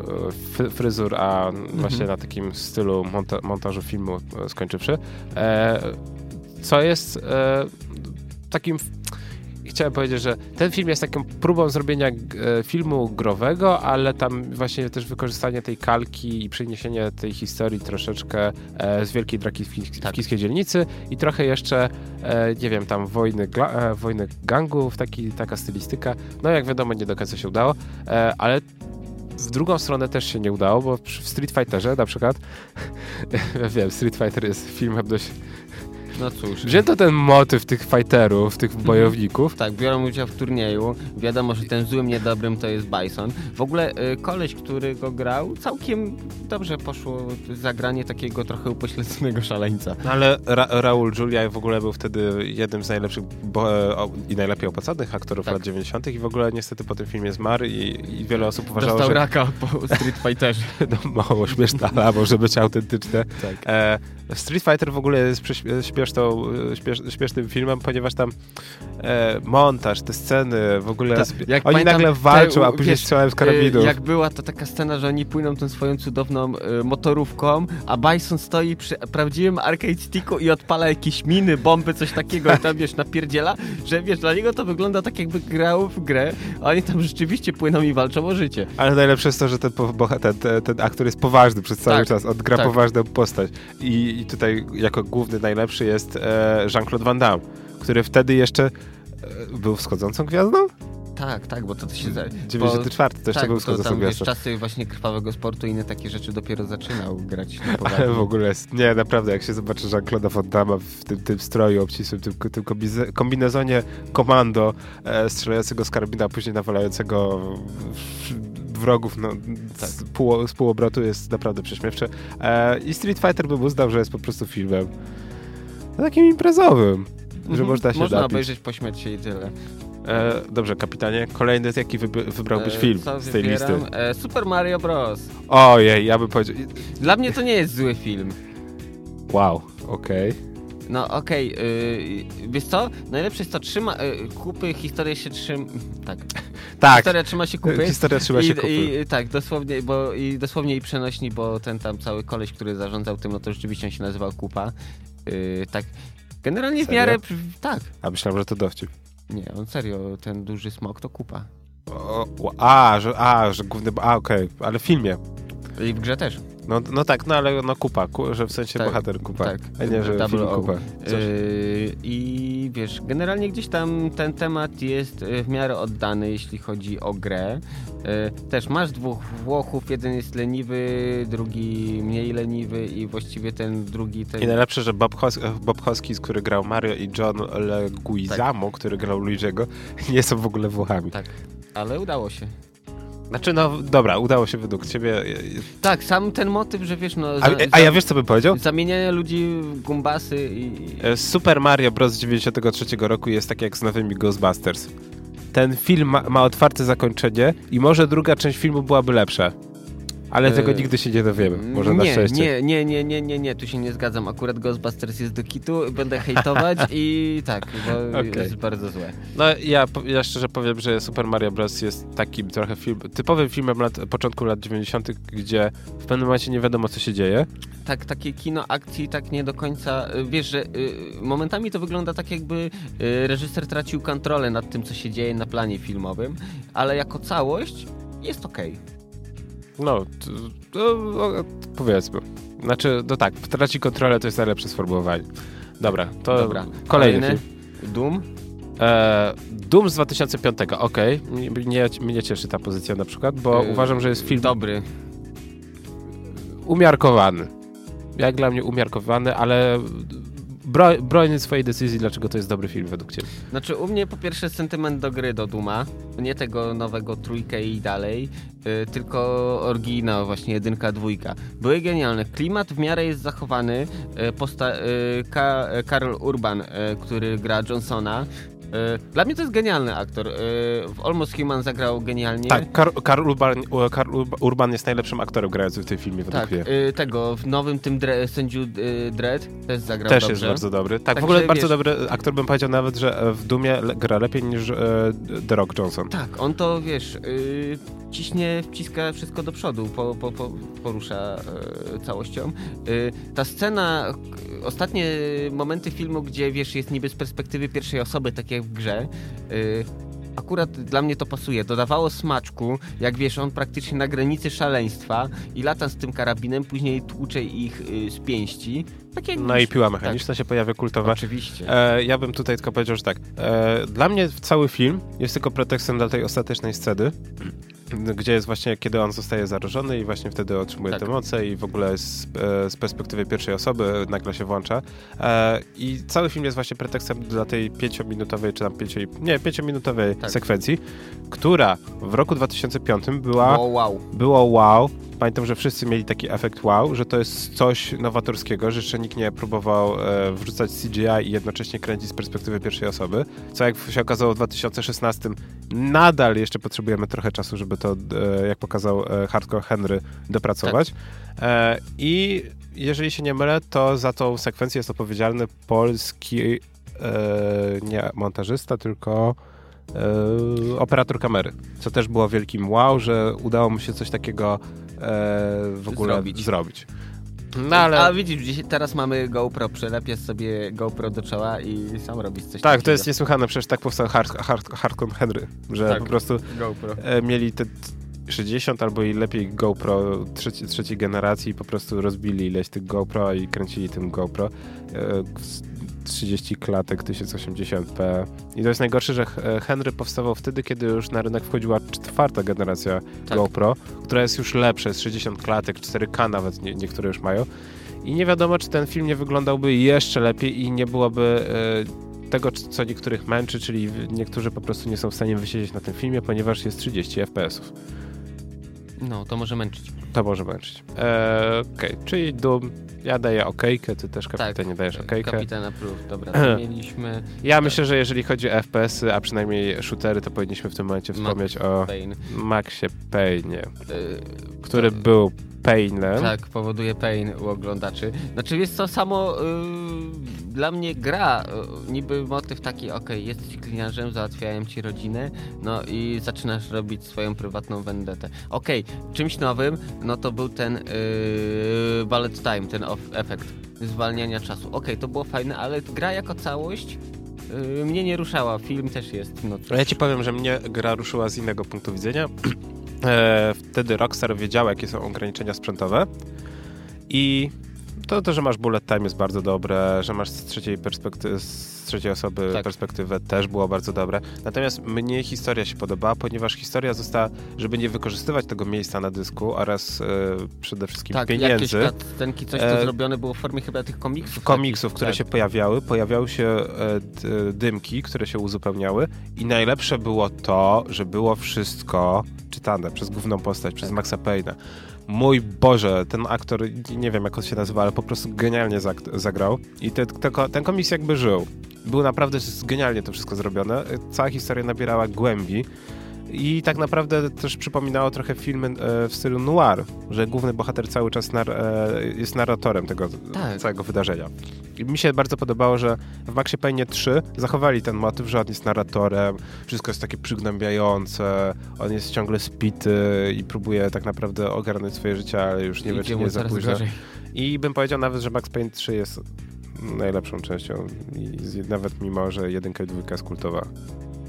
f, fryzur, a mhm. właśnie na takim stylu monta, montażu filmu skończywszy. E, co jest e, takim... Chciałem powiedzieć, że ten film jest taką próbą zrobienia e, filmu growego, ale tam właśnie też wykorzystanie tej kalki i przeniesienie tej historii troszeczkę e, z Wielkiej Draki w, chińskiej, tak. w chińskiej dzielnicy i trochę jeszcze, e, nie wiem, tam wojny, gla, e, wojny gangów, taki, taka stylistyka. No jak wiadomo, nie do końca się udało, e, ale w drugą stronę też się nie udało, bo w Street Fighterze na przykład, ja wiem, Street Fighter jest filmem dość... No cóż. Wzięto ten motyw tych fighterów, tych bojowników. Tak, biorą udział w turnieju. Wiadomo, że ten złym, niedobrym to jest Bison. W ogóle y, koleś, który go grał, całkiem dobrze poszło zagranie takiego trochę upośledzonego szaleńca. No ale Ra- Raul Julia w ogóle był wtedy jednym z najlepszych bo- o, i najlepiej opłacanych aktorów tak. lat dziewięćdziesiątych i w ogóle niestety po tym filmie zmarł i, i wiele osób uważało, Dostał że... raka po Street Fighterze. No mało śmieszne, ale może być autentyczne. Tak. E, Street Fighter w ogóle jest śmieszną, śmiesz, śmiesznym filmem, ponieważ tam e, montaż, te sceny, w ogóle... Ta, sp- jak oni pamiętam, nagle walczą, te, a później wiesz, strzelają z karabinów. Jak była to taka scena, że oni płyną tą swoją cudowną y, motorówką, a Bison stoi przy prawdziwym arcade sticku i odpala jakieś miny, bomby, coś takiego i tam, wiesz, napierdziela, że wiesz, dla niego to wygląda tak, jakby grał w grę, a oni tam rzeczywiście płyną i walczą o życie. Ale najlepsze jest to, że ten, ten, ten, ten aktor jest poważny przez cały tak, czas, on gra tak. poważną postać. I, I tutaj jako główny najlepszy jest e, Jean-Claude Van Damme, który wtedy jeszcze e, był wschodzącą gwiazdą? Tak, tak, bo to, to się... dziewięćdziesiąty czwarty to jeszcze tak, był wschodzącą tam, gwiazdą. Wiesz, czasy właśnie krwawego sportu i inne takie rzeczy dopiero zaczynał grać. Ale w ogóle, jest, nie, naprawdę, jak się zobaczy Jean-Claude'a Van Damme w tym, tym stroju obcisłym, tym, tym kombinezonie komando e, strzelającego z karabina, a później nawalającego wrogów no, tak. z, pół, z półobrotu jest naprawdę prześmiewcze. E, I Street Fighter bym uznał, że jest po prostu filmem takim imprezowym, mm-hmm. że można się Można napić. obejrzeć, pośmiać się i tyle. E, dobrze, kapitanie. Kolejny, jaki wyby, wybrałbyś e, film z tej wybieram? listy? E, Super Mario Bros. Ojej, ja bym powiedział... Dla mnie to nie jest zły film. Wow, okej. Okay. No okej, okay, yy, wiesz co? Najlepsze jest to, trzyma, yy, kupy, historia się trzyma... Tak. tak. Historia trzyma się kupy. Historia trzyma się I, kupy. I, tak, dosłownie, bo i dosłownie i przenośni, bo ten tam cały koleś, który zarządzał tym, no to rzeczywiście on się nazywał Kupa. Yy, tak. Generalnie w miarę... Tak. A myślałem, że to dowcip. Nie, on serio, ten duży smok to Kupa. O, a, że, a, że główny... A, okej, okay. Ale w filmie. I w grze też. No, no tak, no ale no Kupa, ku, że w sensie tak, bohater Kupa. Tak, a nie, że Double film O. Kupa. Yy, I wiesz, generalnie gdzieś tam ten temat jest w miarę oddany, jeśli chodzi o grę. Yy, też masz dwóch Włochów, jeden jest leniwy, drugi mniej leniwy i właściwie ten drugi... Ten... I najlepsze, że Bob, Hos- Bob Hoskins, który grał Mario i John Leguizamo, tak. który grał Luigi'ego, nie są w ogóle Włochami. Tak, ale udało się. Znaczy, no dobra, udało się według ciebie. Tak, sam ten motyw, że wiesz, no... A, za, a ja wiesz, co bym powiedział? Zamienianie ludzi w gumbasy i... Super Mario Bros. z dziewięćdziesiątego trzeciego roku jest tak jak z nowymi Ghostbusters. Ten film ma, ma otwarte zakończenie i może druga część filmu byłaby lepsza. Ale tego nigdy się nie dowiemy, może nie, na szczęście. Nie, nie, nie, nie, nie, nie, tu się nie zgadzam. Akurat Ghostbusters jest do kitu, będę hejtować i tak, bo okay. jest bardzo złe. No ja, ja szczerze powiem, że Super Mario Bros. Jest takim trochę film, typowym filmem lat, początku lat dziewięćdziesiątych, gdzie w pewnym momencie nie wiadomo, co się dzieje. Tak, takie kino akcji tak nie do końca, wiesz, że y, momentami to wygląda tak, jakby y, reżyser tracił kontrolę nad tym, co się dzieje na planie filmowym, ale jako całość jest okej. No, to, to, to, powiedzmy. Znaczy, no tak, traci kontrolę to jest najlepsze sformułowanie. Dobra, to Dobra. kolejny, Kolejny film. Doom. E, Doom z dwa tysiące piątego, okej. Okay. Mnie, mnie cieszy ta pozycja na przykład, bo yy, uważam, że jest film dobry. Umiarkowany. Jak dla mnie umiarkowany, ale bro, bronię swojej decyzji, dlaczego to jest dobry film według ciebie. Znaczy u mnie po pierwsze sentyment do gry, do Dooma, nie tego nowego trójkę i dalej, yy, tylko oryginał, właśnie jedynka, dwójka. Były genialne. Klimat w miarę jest zachowany. Yy, posta- yy, Ka- Karl Urban, yy, który gra Johnsona. Dla mnie to jest genialny aktor. W Almost Human zagrał genialnie. Tak, Karl, Karl, Urban, Karl Urban jest najlepszym aktorem grającym w tym filmie według tak, mnie. Tego, w nowym tym dre, sędziu Dredd też zagrał Też dobrze. jest bardzo dobry. Tak, tak w ogóle że, bardzo wiesz, dobry aktor, bym powiedział nawet, że w Doomie gra lepiej niż The Rock Johnson. Tak, on to, wiesz, yy, ciśnie, wciska wszystko do przodu, po, po, po, porusza yy, całością. Yy, ta scena, ostatnie momenty filmu, gdzie, wiesz, jest niby z perspektywy pierwszej osoby, tak jak w grze, yy, akurat dla mnie to pasuje. Dodawało smaczku, jak wiesz, on praktycznie na granicy szaleństwa i lata z tym karabinem, później tłucze ich yy, z pięści. Tak jak no już, i piła mechaniczna tak się pojawia kultowa. Oczywiście. E, ja bym tutaj tylko powiedział, że tak. E, dla mnie cały film jest tylko pretekstem dla tej ostatecznej sceny, gdzie jest właśnie, kiedy on zostaje zarażony i właśnie wtedy otrzymuje tak. te moce i w ogóle z, e, z perspektywy pierwszej osoby nagle się włącza. E, I cały film jest właśnie pretekstem dla tej pięciominutowej, czy tam pięcio, nie, pięciominutowej tak. sekwencji, która w roku dwa tysiące piątym była... Było wow. Było wow. Pamiętam, że wszyscy mieli taki efekt wow, że to jest coś nowatorskiego, że jeszcze nikt nie próbował e, wrzucać C G I i jednocześnie kręcić z perspektywy pierwszej osoby, co jak się okazało w dwa tysiące szesnastym nadal jeszcze potrzebujemy trochę czasu, żeby to, e, jak pokazał e, Hardcore Henry, dopracować. Tak. E, I jeżeli się nie mylę, to za tą sekwencję jest odpowiedzialny polski e, nie montażysta, tylko e, operator kamery, co też było wielkim wow, że udało mu się coś takiego w ogóle zrobić. zrobić. No, ale... A widzisz, teraz mamy GoPro, przelepiasz sobie GoPro do czoła i sam robisz coś tak, takiego. To jest niesłychane, przecież tak powstał hard, hard, Hardcore Henry, że tak, po prostu GoPro. mieli te sześćdziesiąt albo i lepiej GoPro trzeci, trzeciej generacji i po prostu rozbili ileś tych GoPro i kręcili tym GoPro. trzydzieści klatek tysiąc osiemdziesiąt p. I to jest najgorsze, że Henry powstawał wtedy, kiedy już na rynek wchodziła czwarta generacja tak. GoPro, która jest już lepsza, jest sześćdziesiąt klatek, cztery K nawet nie, niektóre już mają. I nie wiadomo, czy ten film nie wyglądałby jeszcze lepiej i nie byłoby e, tego, co niektórych męczy, czyli niektórzy po prostu nie są w stanie wysiedzieć na tym filmie, ponieważ jest trzydzieści F P S ów. No, to może męczyć. To może męczyć. Eee, Okej, okay. Czyli Doom, ja daję okejkę, ty też kapitanie tak, dajesz okejkę. Kapitan approve, dobra, to mieliśmy... Ja tak. myślę, że jeżeli chodzi o F P S y, a przynajmniej shootery, to powinniśmy w tym momencie wspomnieć Max o Payne. Maxie Payne'ie, yy, który to... był Payne'em. Tak, powoduje pain u oglądaczy. Znaczy jest to samo yy, dla mnie gra, yy, niby motyw taki, okej, okay, jesteś gliniarzem, załatwiają ci rodzinę, no i zaczynasz robić swoją prywatną vendetę. Okej, okay, czymś nowym, no to był ten yy, bullet time, ten off, efekt zwalniania czasu. Okej, okay, to było fajne, ale gra jako całość yy, mnie nie ruszała, film też jest. No ja ci powiem, że mnie gra ruszyła z innego punktu widzenia. E, wtedy Rockstar wiedział, jakie są ograniczenia sprzętowe i to, to, że masz bullet time jest bardzo dobre, że masz z trzeciej, perspekty- z trzeciej osoby tak. perspektywę też było bardzo dobre. Natomiast mnie historia się podobała, ponieważ historia została, żeby nie wykorzystywać tego miejsca na dysku oraz e, przede wszystkim tak, pieniędzy. Tak, jakieś scenki, coś to e, zrobione było w formie chyba tych komiksów. Komiksów, które tak. się pojawiały. Pojawiały się e, d, dymki, które się uzupełniały i najlepsze było to, że było wszystko czytane przez główną postać, przez Maxa Payne'a. Mój Boże, ten aktor, nie wiem jak on się nazywa, ale po prostu genialnie zagrał i te, te, ten komiks jakby żył. Był naprawdę genialnie to wszystko zrobione. Cała historia nabierała głębi i tak naprawdę też przypominało trochę filmy w stylu noir, że główny bohater cały czas nar- jest narratorem tego tak. całego wydarzenia. I mi się bardzo podobało, że w Maxie Payne trzy zachowali ten motyw, że on jest narratorem, wszystko jest takie przygnębiające, on jest ciągle spity i próbuje tak naprawdę ogarnąć swoje życie, ale już nie wie, czy nie za późno. I bym powiedział nawet, że Max Payne trzy jest najlepszą częścią, i nawet mimo, że jedynka i dwójka jest kultowa.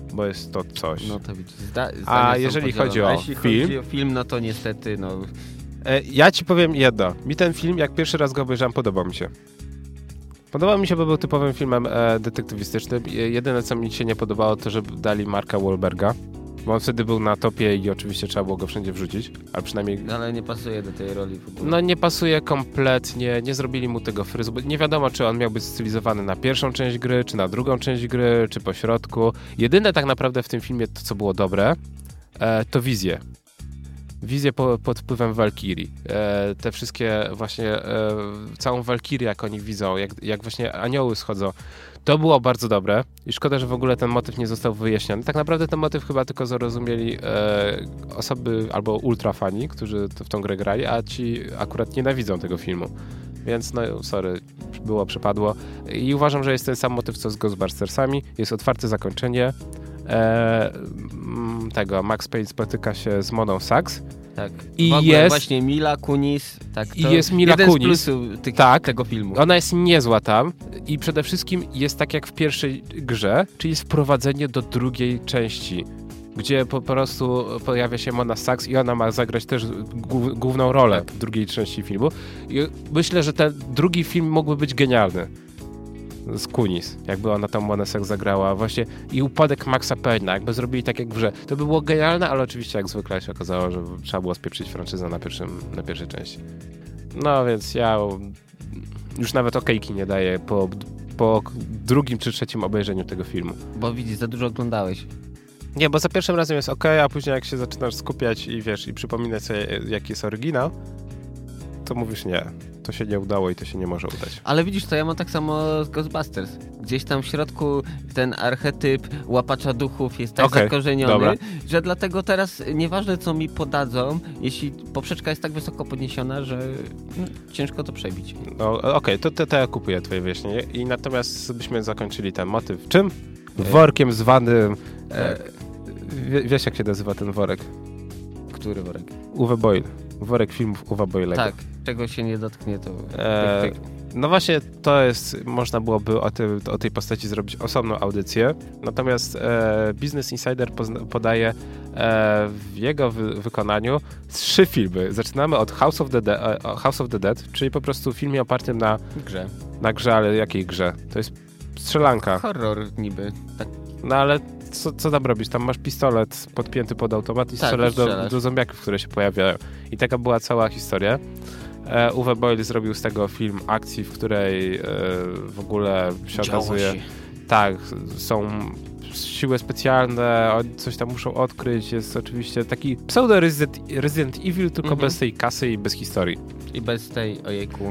bo jest to coś. No to widzisz, zda- A jeżeli chodzi o A jeśli film, chodzi o film, no to niestety, no... E, ja ci powiem jedno. Mi ten film, jak pierwszy raz go obejrzałem, podobał mi się. Podobał mi się, bo był typowym filmem e, detektywistycznym. E, jedyne, co mi się nie podobało, to, że dali Marka Wahlberga, bo on wtedy był na topie i oczywiście trzeba było go wszędzie wrzucić, a przynajmniej... Ale nie pasuje do tej roli w ogóle. No nie pasuje kompletnie, nie zrobili mu tego fryzu, bo nie wiadomo, czy on miał być stylizowany na pierwszą część gry, czy na drugą część gry, czy po środku. Jedyne tak naprawdę w tym filmie, to co było dobre, e, to wizje. Wizje po, pod wpływem Walkirii. E, te wszystkie właśnie, e, całą Walkirię, jak oni widzą, jak, jak właśnie anioły schodzą, to było bardzo dobre i szkoda, że w ogóle ten motyw nie został wyjaśniony. Tak naprawdę ten motyw chyba tylko zrozumieli e, osoby albo ultrafani, którzy to, w tą grę grali, a ci akurat nienawidzą tego filmu. Więc no sorry, było, przepadło. I uważam, że jest ten sam motyw co z Ghostbustersami. Jest otwarte zakończenie. E, tego, Max Payne spotyka się z Moną Sachs. Tak. I w ogóle jest właśnie Mila Kunis. Tak, i jest Mila jeden Kunis. z plusów tych, tak, tego filmu. Ona jest niezła tam i przede wszystkim jest tak jak w pierwszej grze, czyli jest wprowadzenie do drugiej części, gdzie po prostu pojawia się Mona Sachs i ona ma zagrać też głów, główną rolę w drugiej części filmu. I myślę, że ten drugi film mógłby być genialny. Z Kunis, jakby ona tam Monę Sachs zagrała właśnie i upadek Maxa Payne'a, jakby zrobili tak jak w grze. To by było genialne, ale oczywiście jak zwykle się okazało, że trzeba było spieprzyć franczyzę na, pierwszym, na pierwszej części. No więc ja już nawet okejki nie daję po, po drugim czy trzecim obejrzeniu tego filmu. Bo widzisz, za dużo oglądałeś. Nie, bo za pierwszym razem jest okej, a później jak się zaczynasz skupiać i wiesz, i przypominać sobie jaki jest oryginał, to mówisz nie. To się nie udało i to się nie może udać. Ale widzisz, to ja mam tak samo z Ghostbusters. Gdzieś tam w środku ten archetyp łapacza duchów jest tak okay, zakorzeniony, dobra. Że dlatego teraz nieważne co mi podadzą, jeśli poprzeczka jest tak wysoko podniesiona, że no, ciężko to przebić. No, Okej, okay, to, to, to ja kupuję twoje wyjaśnienie. I natomiast byśmy zakończyli ten motyw czym? Workiem zwanym... Tak. E, wiesz jak się nazywa ten worek? Który worek? Uwe Boll. Worek filmów Uwe Bollego. Tak, czego się nie dotknie, to... E, pyk, pyk. No właśnie, to jest, można byłoby o, tym, o tej postaci zrobić osobną audycję, natomiast e, Business Insider pozna, podaje e, w jego wy, wykonaniu trzy filmy. Zaczynamy od House of, the De- House of the Dead, czyli po prostu filmie opartym na grze. Na grze, ale jakiej grze? To jest strzelanka. Horror niby. Tak. No ale co, co tam robisz? Tam masz pistolet podpięty pod automat i tak, strzelasz, strzelasz. Do, do zombiaków, które się pojawiają. I taka była cała historia. E, Uwe Boll zrobił z tego film akcji, w której e, w ogóle się Działo okazuje... Się. Tak, są siły specjalne, oni coś tam muszą odkryć. Jest oczywiście taki pseudo Resident, Resident Evil, tylko mhm. bez tej kasy i bez historii. I bez tej, ojejku,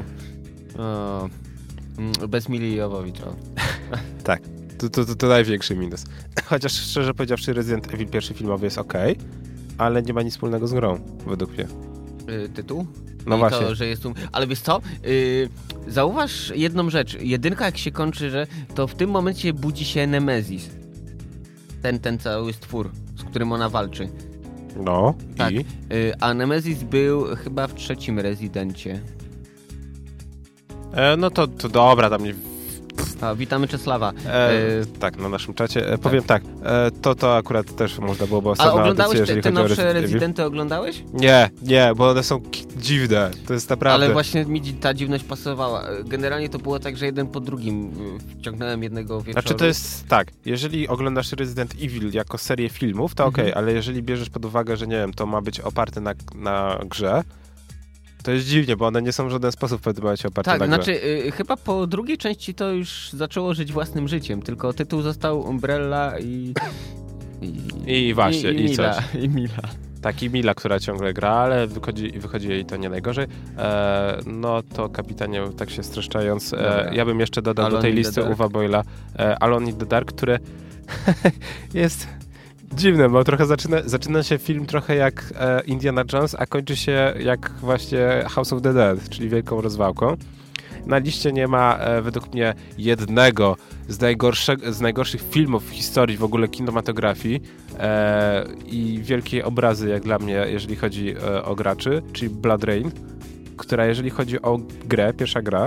o, bez Mili Jovovich. Tak. To, to, to, to największy minus. Chociaż szczerze powiedziawszy, Resident Evil pierwszy filmowy jest okej, ale nie ma nic wspólnego z grą, według mnie. Yy, tytuł? No I właśnie. To, że jest tu... Ale wiesz co? Yy, zauważ jedną rzecz. Jedynka jak się kończy, że to w tym momencie budzi się Nemesis. Ten, ten cały stwór, z którym ona walczy. No tak. i? Yy, a Nemesis był chyba w trzecim Rezydencie. E, no to, to dobra, tam nie... A, witamy Czesława. E, e, tak, na naszym czacie. E, powiem tak, e, to, to akurat też można byłoby osobna audycja, oglądałeś jeżeli te, te chodzi nowsze o Rezydenty, oglądałeś? Nie, nie, bo one są k- dziwne. To jest naprawdę... Ale właśnie mi ta dziwność pasowała. Generalnie to było tak, że jeden po drugim wciągnąłem jednego wieczoru. Znaczy to jest tak, jeżeli oglądasz Resident Evil jako serię filmów, to okej, okay, ale jeżeli bierzesz pod uwagę, że nie wiem, to ma być oparte na, na grze, to jest dziwnie, bo one nie są w żaden sposób w pewnym momencie oparte tak, na grze. Znaczy, y, chyba po drugiej części to już zaczęło żyć własnym życiem, tylko tytuł został Umbrella i... I, I właśnie, i, i, i Mila, coś. I Mila. Tak, i Mila, która ciągle gra, ale wychodzi, wychodzi jej to nie najgorzej. E, no to kapitanie, tak się streszczając, e, ja bym jeszcze dodał Alone do tej listy Uwe Bolla e, Alone in the Dark, które jest... dziwne, bo trochę zaczyna, zaczyna się film trochę jak e, Indiana Jones, a kończy się jak właśnie House of the Dead, czyli wielką rozwałką. Na liście nie ma e, według mnie jednego z, z najgorszych filmów w historii w ogóle kinematografii e, i wielkiej obrazy jak dla mnie, jeżeli chodzi e, o graczy, czyli Blood Rain, która jeżeli chodzi o grę, pierwsza gra,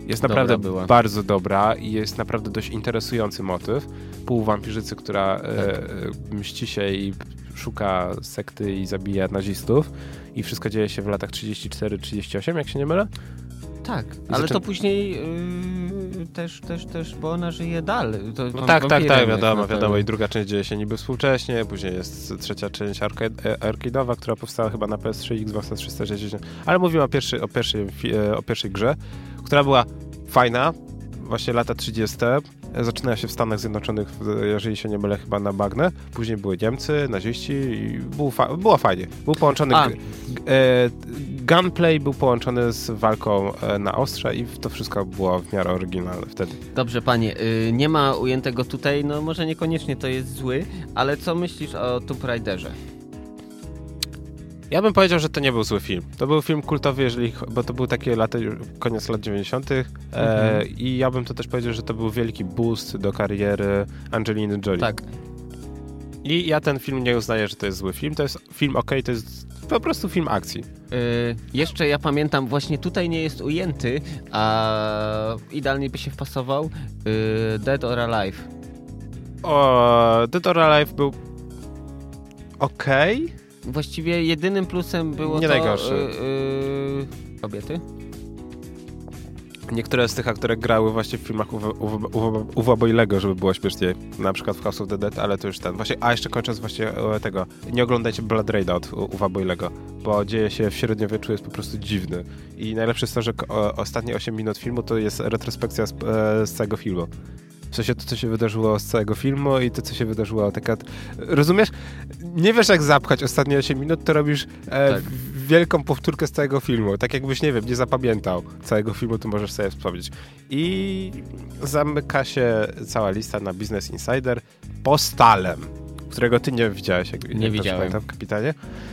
Jest naprawdę dobra była. bardzo dobra i jest naprawdę dość interesujący motyw. Półwampirzycy, która tak. e, mści się i szuka sekty i zabija nazistów. I wszystko dzieje się w latach trzydzieści cztery trzydzieści osiem, jak się nie mylę? Tak, ale zaczę... to później yy, też, też, też, bo ona żyje dalej. To no tak, tak, tak, wiadomo, wiadomo. I druga część dzieje się niby współcześnie, później jest trzecia część arcade'owa, która powstała chyba na P S trzy, Xboxa trzysta sześćdziesiąt. Ale mówimy o pierwszej, o pierwszej, o pierwszej grze, która była fajna, właśnie lata trzydzieste. Zaczynała się w Stanach Zjednoczonych, jeżeli się nie mylę, chyba na bagnę. Później były Niemcy, naziści i było, fa- było fajnie. Był połączony g- e, gunplay był połączony z walką e, na ostrze i to wszystko było w miarę oryginalne wtedy. Dobrze, panie, y, nie ma ujętego tutaj, no może niekoniecznie to jest zły, ale co myślisz o Tomb Raiderze? Ja bym powiedział, że to nie był zły film. To był film kultowy, jeżeli, bo to był takie lata, koniec lat dziewięćdziesiątych. Mhm. E, i ja bym to też powiedział, że to był wielki boost do kariery Angeliny Jolie. Tak. I ja ten film nie uznaję, że to jest zły film. To jest film okej, okay, to jest po prostu film akcji. Yy, jeszcze ja pamiętam, właśnie tutaj nie jest ujęty, a idealnie by się wpasował yy, Dead or Alive. O, Dead or Alive był okej. Okay. Właściwie jedynym plusem było nie to... najgorsze. Yy, kobiety? Niektóre z tych aktorek grały właśnie w filmach Uwe Bollego, żeby było śmieszniej. Na przykład w House of the Dead, ale to już ten. Właśnie, a jeszcze kończąc właśnie tego. Nie oglądajcie Blood Raida od Uwe Bollego, bo dzieje się w średniowieczu, jest po prostu dziwny. I najlepsze jest to, że ostatnie osiem minut filmu to jest retrospekcja z, z całego filmu. W sensie to, co się wydarzyło z całego filmu i to, co się wydarzyło. Taka, rozumiesz? Nie wiesz, jak zapchać ostatnie osiem minut, to robisz e, tak. wielką powtórkę z całego filmu. Tak jakbyś, nie wiem, nie zapamiętał całego filmu, to możesz sobie wspomnieć. I zamyka się cała lista na Business Insider Postalem, którego ty nie widziałeś, jak nie widziałem. Pamiętam, kapitanie.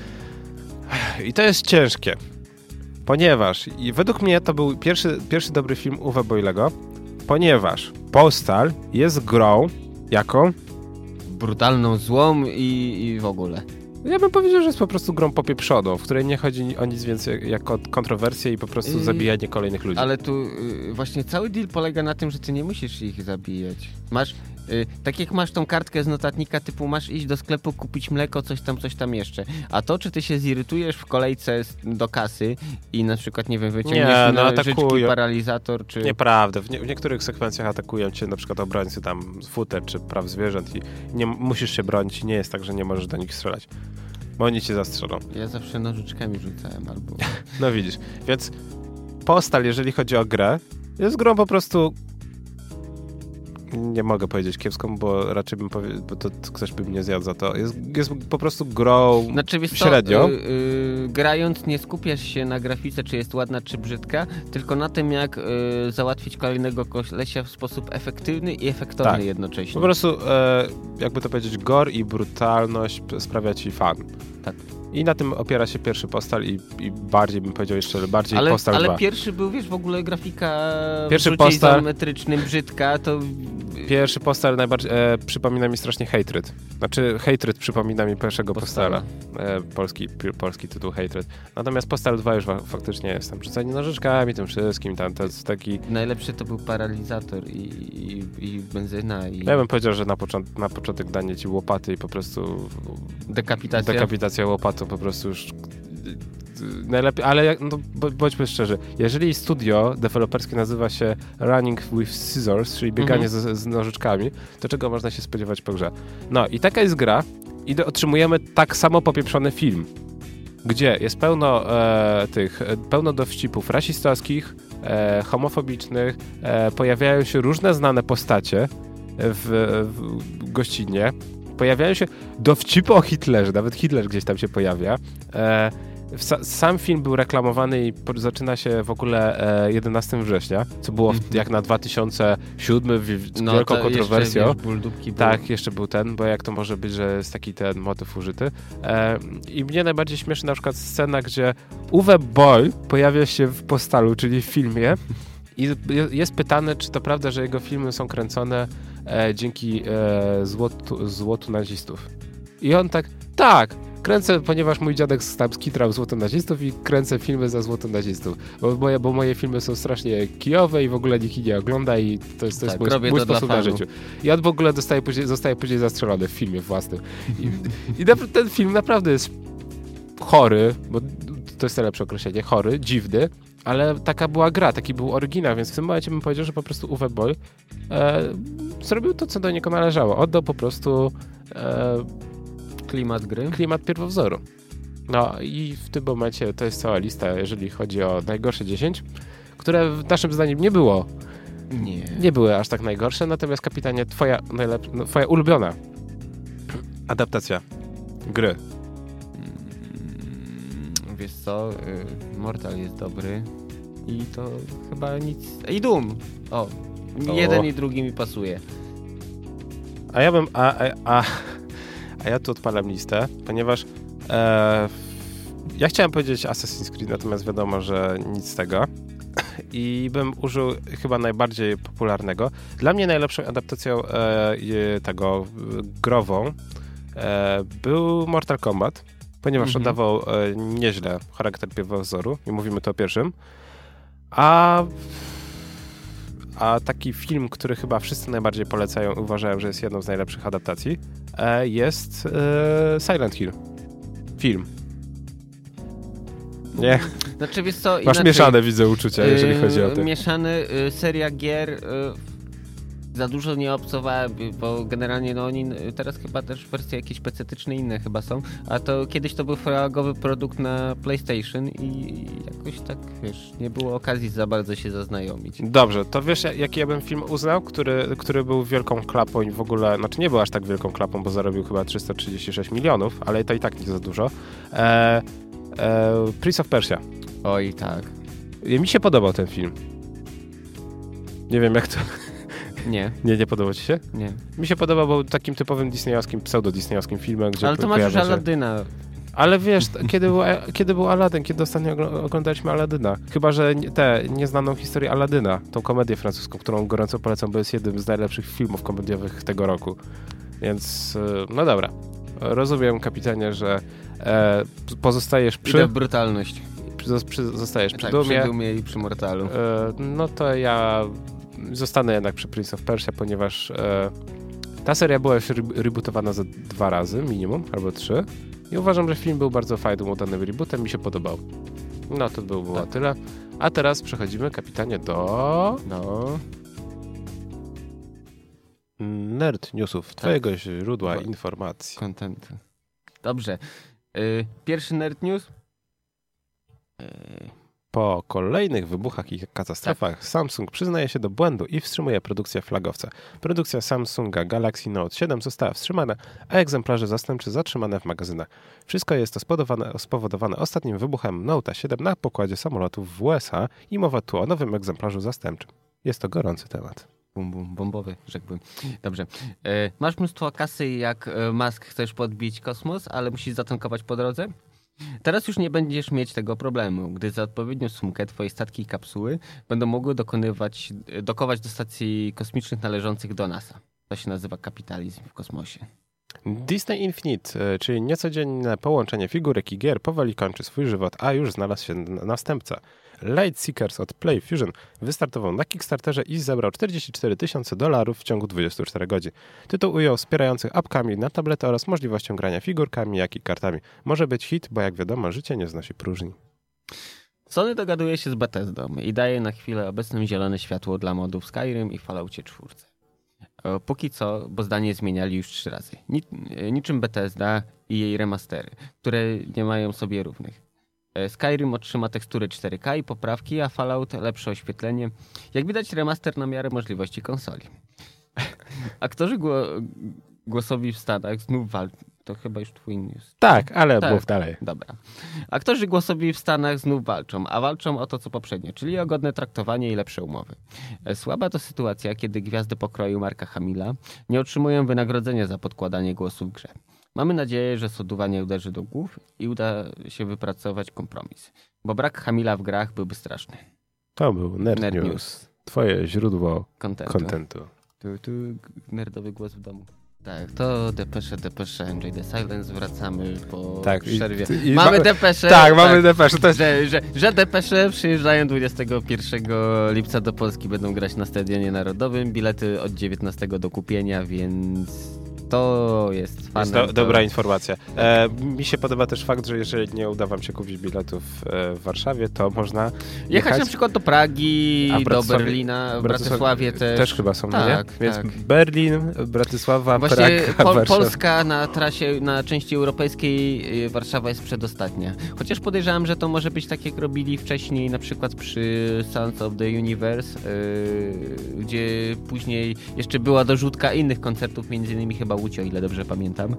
I to jest ciężkie, ponieważ i według mnie to był pierwszy, pierwszy dobry film Uwe Bollego, ponieważ Postal jest grą jaką? Brutalną, złą i, i w ogóle. Ja bym powiedział, że jest po prostu grą popieprzoną, w której nie chodzi o nic więcej jak o kontrowersję i po prostu yy, zabijanie kolejnych ludzi. Ale tu yy, właśnie cały deal polega na tym, że ty nie musisz ich zabijać. Masz, yy, tak jak masz tą kartkę z notatnika typu masz iść do sklepu, kupić mleko, coś tam, coś tam jeszcze. A to, czy ty się zirytujesz w kolejce do kasy i na przykład, nie wiem, wyciągniesz nie, no, nożyczki, paralizator, czy... Nieprawda. W, nie, w niektórych sekwencjach atakują cię na przykład obrońcy tam futer czy praw zwierząt i nie musisz się bronić i nie jest tak, że nie możesz do nich strzelać. Bo oni cię zastrzelą. Ja zawsze nożyczkami rzucałem albo... No widzisz. Więc Postal, jeżeli chodzi o grę, jest grą po prostu... Nie mogę powiedzieć kiepską, bo raczej bym powiedział, bo to ktoś by mnie zjadł za to. Jest, jest po prostu grą znaczy, wiesz średnio. Co, yy, yy, grając nie skupiasz się na grafice, czy jest ładna, czy brzydka, tylko na tym, jak yy, załatwić kolejnego kolesia w sposób efektywny i efektowny tak. jednocześnie. Po prostu, e, jakby to powiedzieć, gore i brutalność sprawia ci fan. Tak. I na tym opiera się pierwszy Postal i, i bardziej bym powiedział jeszcze bardziej ale, Postal ale dwa. pierwszy był, wiesz, w ogóle grafika pierwszy w Postal izometrycznym, brzydka, to... Pierwszy Postal najbardziej e, przypomina mi strasznie Hatred. Znaczy Hatred przypomina mi pierwszego Postala. E, polski, p- polski tytuł Hatred. Natomiast Postal dwa już fa- faktycznie jest tam rzucanie nożyczkami, tym wszystkim, tam to jest taki... Najlepszy to był paralizator i, i, i benzyna. I... Ja bym powiedział, że na, począ- na początek danie ci łopaty i po prostu... Dekapitacja? Dekapitacja łopatą po prostu już... Najlepiej, ale no, bądźmy szczerzy, jeżeli studio deweloperskie nazywa się Running with Scissors, czyli bieganie mhm. z, z nożyczkami, to czego można się spodziewać po grze? No i taka jest gra i do, otrzymujemy tak samo popieprzony film, gdzie jest pełno e, tych, pełno dowcipów rasistowskich, e, homofobicznych, e, pojawiają się różne znane postacie w, w gościnie, pojawiają się dowcipy o Hitlerze, nawet Hitler gdzieś tam się pojawia. E, Sam film był reklamowany i zaczyna się w ogóle e, jedenastego września, co było w, jak na dwa tysiące siódmy z no, wielką kontrowersją. Jeszcze, tak, jeszcze był ten, bo jak to może być, że jest taki ten motyw użyty. E, I mnie najbardziej śmieszy na przykład scena, gdzie Uwe Boll pojawia się w Postalu, czyli w filmie i jest pytany, czy to prawda, że jego filmy są kręcone e, dzięki e, złotu, złotu nazistów. I on tak, tak, Kręcę, ponieważ mój dziadek tam skitrał złotonazistów i kręcę filmy za złotonazistów. Bo moje, bo moje filmy są strasznie kijowe i w ogóle nikt ich nie ogląda i to jest, to jest tak, mój, mój sposób na życiu. Ja w ogóle dostaję później, zostaję później zastrzelony w filmie własnym. I, i ten film naprawdę jest chory, bo to jest najlepsze określenie, chory, dziwny, ale taka była gra, taki był oryginał, więc w tym momencie bym powiedział, że po prostu Uwe Boll e, zrobił to, co do niego należało. Oddał po prostu e, klimat gry, klimat pierwowzoru. No i w tym momencie to jest cała lista, jeżeli chodzi o najgorsze dziesięć, które naszym zdaniem nie było. Nie. Nie były aż tak najgorsze, natomiast kapitanie, twoja, najlep- no, twoja ulubiona adaptacja gry. Wiesz co, Mortal jest dobry i to chyba nic... I Doom! O, o. jeden i drugi mi pasuje. A ja bym... A, a, a, a ja tu odpalam listę, ponieważ e, ja chciałem powiedzieć Assassin's Creed, natomiast wiadomo, że nic z tego. I bym użył chyba najbardziej popularnego. Dla mnie najlepszą adaptacją e, tego e, grową e, był Mortal Kombat, ponieważ mm-hmm. oddawał e, nieźle charakter pierwowzoru i mówimy to o pierwszym. A, a taki film, który chyba wszyscy najbardziej polecają, uważają, że jest jedną z najlepszych adaptacji, e, jest e, Silent Hill. Film. Nie? Znaczy, wiesz co, Masz inaczej, mieszane, widzę, uczucia, jeżeli yy, chodzi o to. Mieszany, yy, seria gier... Yy, za dużo nie obcowałem, bo generalnie no oni teraz chyba też wersje jakieś pecetyczne inne chyba są, a to kiedyś to był flagowy produkt na PlayStation i jakoś tak, wiesz, nie było okazji za bardzo się zaznajomić. Dobrze, to wiesz, jaki ja bym film uznał, który, który był wielką klapą i w ogóle, znaczy nie był aż tak wielką klapą, bo zarobił chyba trzysta trzydzieści sześć milionów, ale to i tak nie za dużo. E, e, Prince of Persia. Oj, tak. Mi się podobał ten film. Nie wiem jak to... Nie. Nie, nie podoba ci się? Nie. Mi się podobał, był takim typowym disneyowskim, pseudo-disneyowskim filmem, gdzie... Ale to masz już Aladyna. Ale wiesz, kiedy był, kiedy był Aladdin, kiedy ostatnio oglądaliśmy Aladyna? Chyba, że tę nieznaną historię Aladyna, tą komedię francuską, którą gorąco polecam, bo jest jednym z najlepszych filmów komediowych tego roku. Więc, no dobra. Rozumiem, kapitanie, że e, pozostajesz przy... Idę w brutalność. Przy, przy, zostajesz przy tak, Dumie. przy Dumie i przy Mortalu. E, no to ja... Zostanę jednak przy Prince of Persia, ponieważ e, ta seria była już re- rebootowana za dwa razy minimum, albo trzy. I uważam, że film był bardzo fajnym, udanym rebootem, mi się podobał. No to było, było tak. tyle. A teraz przechodzimy, kapitanie, do... No... Nerd Newsów, tak. Twojego źródła Bo... informacji. Kontentu. Dobrze. Yy, pierwszy Nerd News. Yy... Po kolejnych wybuchach i katastrofach tak. Samsung przyznaje się do błędu i wstrzymuje produkcję flagowca. Produkcja Samsunga Galaxy Note siedem została wstrzymana, a egzemplarze zastępcze zatrzymane w magazynach. Wszystko jest to spowodowane, spowodowane ostatnim wybuchem Note'a siedem na pokładzie samolotów w U S A i mowa tu o nowym egzemplarzu zastępczym. Jest to gorący temat. Bum, bum, bombowy, rzekłbym. Dobrze. E, masz mnóstwo kasy, jak Musk chcesz podbić kosmos, ale musisz zatankować po drodze? Teraz już nie będziesz mieć tego problemu, gdy za odpowiednią sumkę twoje statki i kapsuły będą mogły dokonywać, dokować do stacji kosmicznych należących do NASA. To się nazywa kapitalizm w kosmosie. Disney Infinite, czyli niecodzienne połączenie figurek i gier, powoli kończy swój żywot, a już znalazł się następca. Light Seekers od PlayFusion wystartował na Kickstarterze i zebrał czterdzieści cztery tysiące dolarów w ciągu dwudziestu czterech godzin. Tytuł ujął wspierających apkami na tablety oraz możliwością grania figurkami, jak i kartami. Może być hit, bo jak wiadomo, życie nie znosi próżni. Sony dogaduje się z Bethesdą i daje na chwilę obecnym zielone światło dla modów Skyrim i Falloutie cztery. Póki co, bo zdanie zmieniali już trzy razy. Niczym Bethesda i jej remastery, które nie mają sobie równych. Skyrim otrzyma tekstury cztery K i poprawki, a Fallout lepsze oświetlenie. Jak widać, remaster na miarę możliwości konsoli. Aktorzy gło- głosowi w Stanach znów walczą. To chyba już twój news. Tak, ale tak. Mów dalej. Dobra. Aktorzy głosowi w Stanach znów walczą, a walczą o to, co poprzednio, czyli o godne traktowanie i lepsze umowy. Słaba to sytuacja, kiedy gwiazdy pokroju Marka Hamilla nie otrzymują wynagrodzenia za podkładanie głosu w grze. Mamy nadzieję, że soduwa nie uderzy do głów i uda się wypracować kompromis, bo brak Hamilla w grach byłby straszny. To był Nerd, Nerd News. News. Twoje źródło kontentu. Tu, tu nerdowy głos w domu. Tak, to depesze, depesze, Enjoy the Silence, wracamy po tak, przerwie. I, i mamy ma, depesze. Tak, mamy tak, depesze. To jest... że, że, że depesze przyjeżdżają dwudziestego pierwszego lipca do Polski, będą grać na Stadionie Narodowym, bilety od dziewiętnastego do kupienia, więc... To jest fajne. Jest do, dobra informacja. E, mi się podoba też fakt, że jeżeli nie uda wam się kupić biletów e, w Warszawie, to można jechać, jechać na przykład do Pragi, do Berlina, w Bratysławie też. Też chyba są, tak, nie? Więc tak. Berlin, Bratysława, Właśnie Praga, Pol- Warszawa. Polska na trasie, na części europejskiej, Warszawa jest przedostatnia. Chociaż podejrzewam, że to może być tak, jak robili wcześniej, na przykład przy Sons of the Universe, yy, gdzie później jeszcze była dorzutka innych koncertów, między innymi chyba Łódź, o ile dobrze pamiętam.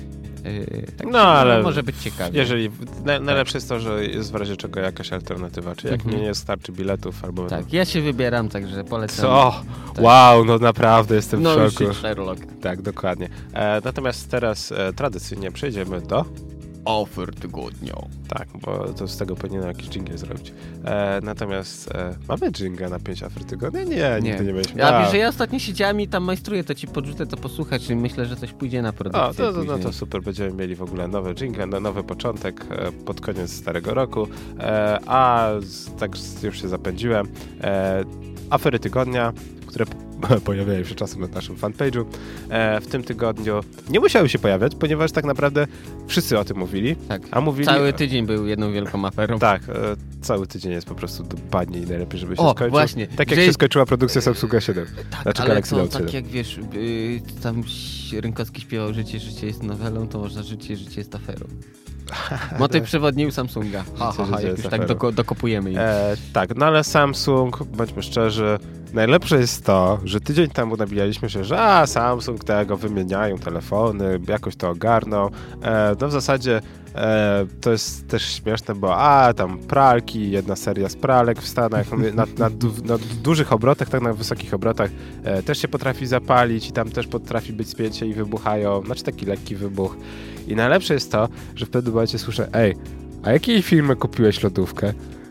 Yy, tak no, ale może być ciekawie. Jeżeli, na, najlepsze jest to, że jest w razie czego jakaś alternatywa, czy jak mhm. nie, nie starczy biletów albo... Tak, ja się wybieram, także polecam. Co? Tak. Wow, no naprawdę jestem no, w szoku. Sherlock. Tak, dokładnie. E, natomiast teraz e, tradycyjnie przejdziemy do... Offer tygodnia. Tak, bo to z tego powinienem jakiś dżingiel zrobić. E, natomiast e, mamy dżinga na pięć afer tygodnia? Nie, nie, nigdy nie mieliśmy. Ja wiesz, że ja ostatnio siedziałem i tam majstruję, to ci podrzucę to posłuchać i myślę, że coś pójdzie na produkcję. O, to, to, no to super, będziemy mieli w ogóle nowy dżingiel, no, nowy początek e, pod koniec starego roku, e, a z, tak już się zapędziłem. E, afery tygodnia, które pojawiają się czasem na naszym fanpage'u. E, w tym tygodniu nie musiały się pojawiać, ponieważ tak naprawdę wszyscy o tym mówili. Tak, a mówili, cały tydzień był jedną wielką aferą. Tak, e, cały tydzień jest po prostu dopadnie i najlepiej, żeby się o, skończył. Właśnie, tak jak że... się skończyła produkcja Samsunga siedem. Tak, znaczy ale Galaxy to Note tak siedem. jak wiesz, yy, tam Rynkowski śpiewał Życie, życie jest nowelą, to można życie, życie jest aferą. Motyw przewodni u Samsunga. Ha, ha, ha, jak już tak doko- dokopujemy im. E, tak, no ale Samsung, bądźmy szczerzy, najlepsze jest to, że tydzień temu nabijaliśmy się, że a, Samsung tego, wymieniają telefony, jakoś to ogarną. E, no w zasadzie e, to jest też śmieszne, bo a, tam pralki, jedna seria z pralek w Stanach, na, na, du, na dużych obrotach, tak na wysokich obrotach e, też się potrafi zapalić i tam też potrafi być spięcie i wybuchają, znaczy taki lekki wybuch. I najlepsze jest to, że w pewnym momencie słyszę, ej, a jakiej firmy kupiłeś lodówkę?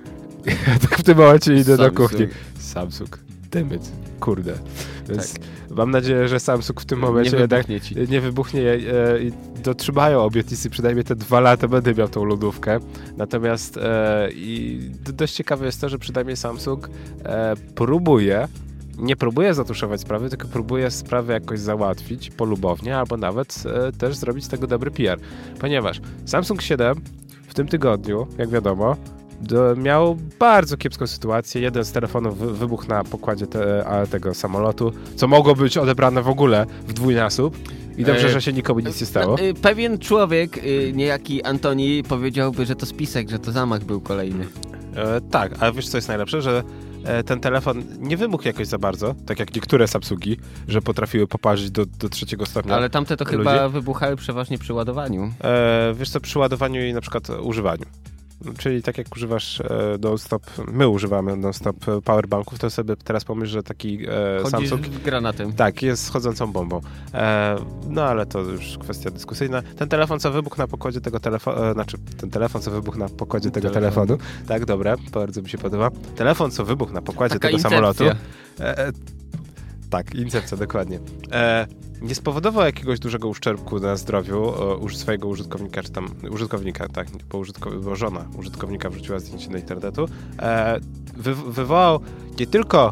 Ja tak w tym momencie idę Samsung. do kuchni. Samsung. Dammit. Kurde. Więc tak. mam nadzieję, że Samsung w tym momencie nie jednak wybuchnie, nie wybuchnie e, i dotrzymają obietnicy, przynajmniej te dwa lata będę miał tą lodówkę. Natomiast e, i dość ciekawe jest to, że przynajmniej Samsung e, próbuje nie próbuje zatuszować sprawy, tylko próbuje sprawę jakoś załatwić polubownie, albo nawet e, też zrobić z tego dobry P R. Ponieważ Samsung siedem w tym tygodniu, jak wiadomo, do, miał bardzo kiepską sytuację. Jeden z telefonów wy, wybuchł na pokładzie te, a, tego samolotu, co mogło być odebrane w ogóle w dwójnasób. I dobrze, e, że się nikomu nic nie stało. E, pewien człowiek, e, niejaki Antoni, powiedziałby, że to spisek, że to zamach był kolejny. E, tak, ale wiesz co jest najlepsze, że ten telefon nie wybuchł jakoś za bardzo, tak jak niektóre Samsungi, że potrafiły poparzyć do, do trzeciego stopnia. Ale tamte to ludzi. Chyba wybuchały przeważnie przy ładowaniu. E, wiesz co, przy ładowaniu i na przykład używaniu. Czyli tak jak używasz e, non-stop, my używamy non-stop powerbanków, to sobie teraz pomyśl, że taki e, Samsung... z granatem. Tak, jest chodzącą bombą. E, no ale to już kwestia dyskusyjna. Ten telefon, co wybuchł na pokładzie tego telefonu, e, znaczy ten telefon, co wybuchł na pokładzie tego telefon. telefonu, tak, dobra, bardzo mi się podoba. Telefon, co wybuchł na pokładzie Taka tego incepcja. samolotu... E, e, tak, incepcja, dokładnie. E, nie spowodował jakiegoś dużego uszczerbku na zdrowiu e, swojego użytkownika, czy tam użytkownika, tak, bo, użytkow- bo żona użytkownika wrzuciła zdjęcie do internetu. E, wy- wywołał nie tylko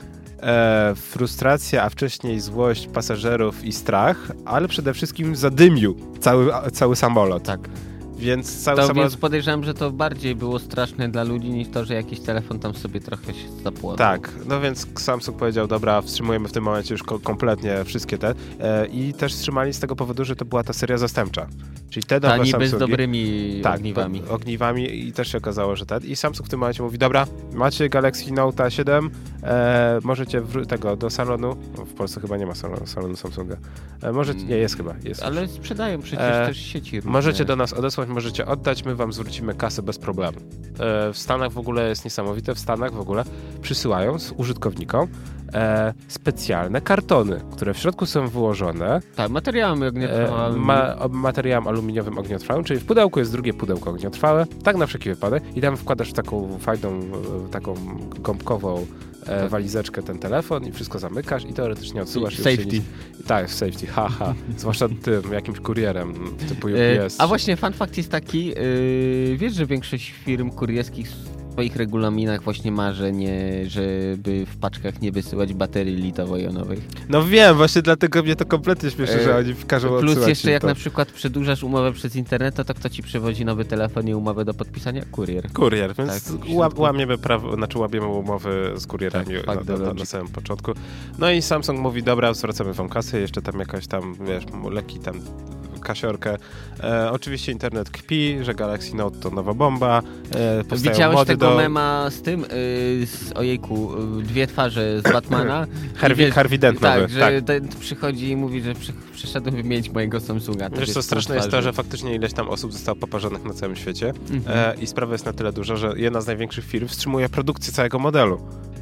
e, frustrację, a wcześniej złość pasażerów i strach, ale przede wszystkim zadymił cały, cały samolot. Tak. Więc cały to samolot... Więc podejrzewam, że to bardziej było straszne dla ludzi niż to, że jakiś telefon tam sobie trochę się zapłodał. Tak, no więc Samsung powiedział, dobra, wstrzymujemy w tym momencie już ko- kompletnie wszystkie te e, i też wstrzymali z tego powodu, że to była ta seria zastępcza. Czyli te nowe Ta niby Samsungi, z dobrymi tak, ogniwami. Tak, ogniwami i też się okazało, że ten. I Samsung w tym momencie mówi, dobra, macie Galaxy Note siedem, e, możecie wr- tego do salonu, w Polsce chyba nie ma salonu, salonu Samsunga, e, możecie, nie, jest chyba, jest. Ale sprzedają przecież e, też sieci różne. Możecie do nas odesłać, możecie oddać, my wam zwrócimy kasę bez problemu. E, w Stanach w ogóle jest niesamowite, w Stanach w ogóle przysyłają z użytkownikom e, specjalne kartony, które w środku są wyłożone tak, materiałem ogniotrwałym. E, ma, materiałem aluminiowym ogniotrwałym, czyli w pudełku jest drugie pudełko ogniotrwałe, tak na wszelki wypadek i tam wkładasz taką fajną, taką gąbkową e, walizeczkę, ten telefon i wszystko zamykasz i teoretycznie odsyłasz. I safety. Nic... Tak, safety, haha. Zwłaszcza tym, jakimś kurierem typu U P S. E, a właśnie fun fact jest taki, yy, wiesz, że większość firm kurierskich w swoich regulaminach właśnie ma, że nie, żeby w paczkach nie wysyłać baterii litowo-jonowych. No wiem, właśnie dlatego mnie to kompletnie śmieszy, e, że oni każą Plus odsyłać jeszcze jak to. na przykład przedłużasz umowę przez internet, to, to kto ci przywozi nowy telefon i umowę do podpisania? Kurier. Kurier, więc tak, ła- łamiemy prawo, znaczy łapiemy umowy z kurierami tak, na, na, na samym początku. No i Samsung mówi, dobra, zwracamy wam kasę, jeszcze tam jakaś tam, wiesz, leki tam kasiorkę. E, oczywiście internet kpi, że Galaxy Note to nowa bomba. E, Widziałeś tego do... mema z tym, yy, z, ojejku, yy, dwie twarze z Batmana? Harvey, Harvey Dent tak, nowy. że tak, ten przychodzi i mówi, że przy, przyszedłem wymienić mojego Samsunga. Wiesz co, straszne jest to, że faktycznie ileś tam osób zostało poparzonych na całym świecie mhm. e, i sprawa jest na tyle duża, że jedna z największych firm wstrzymuje produkcję całego modelu.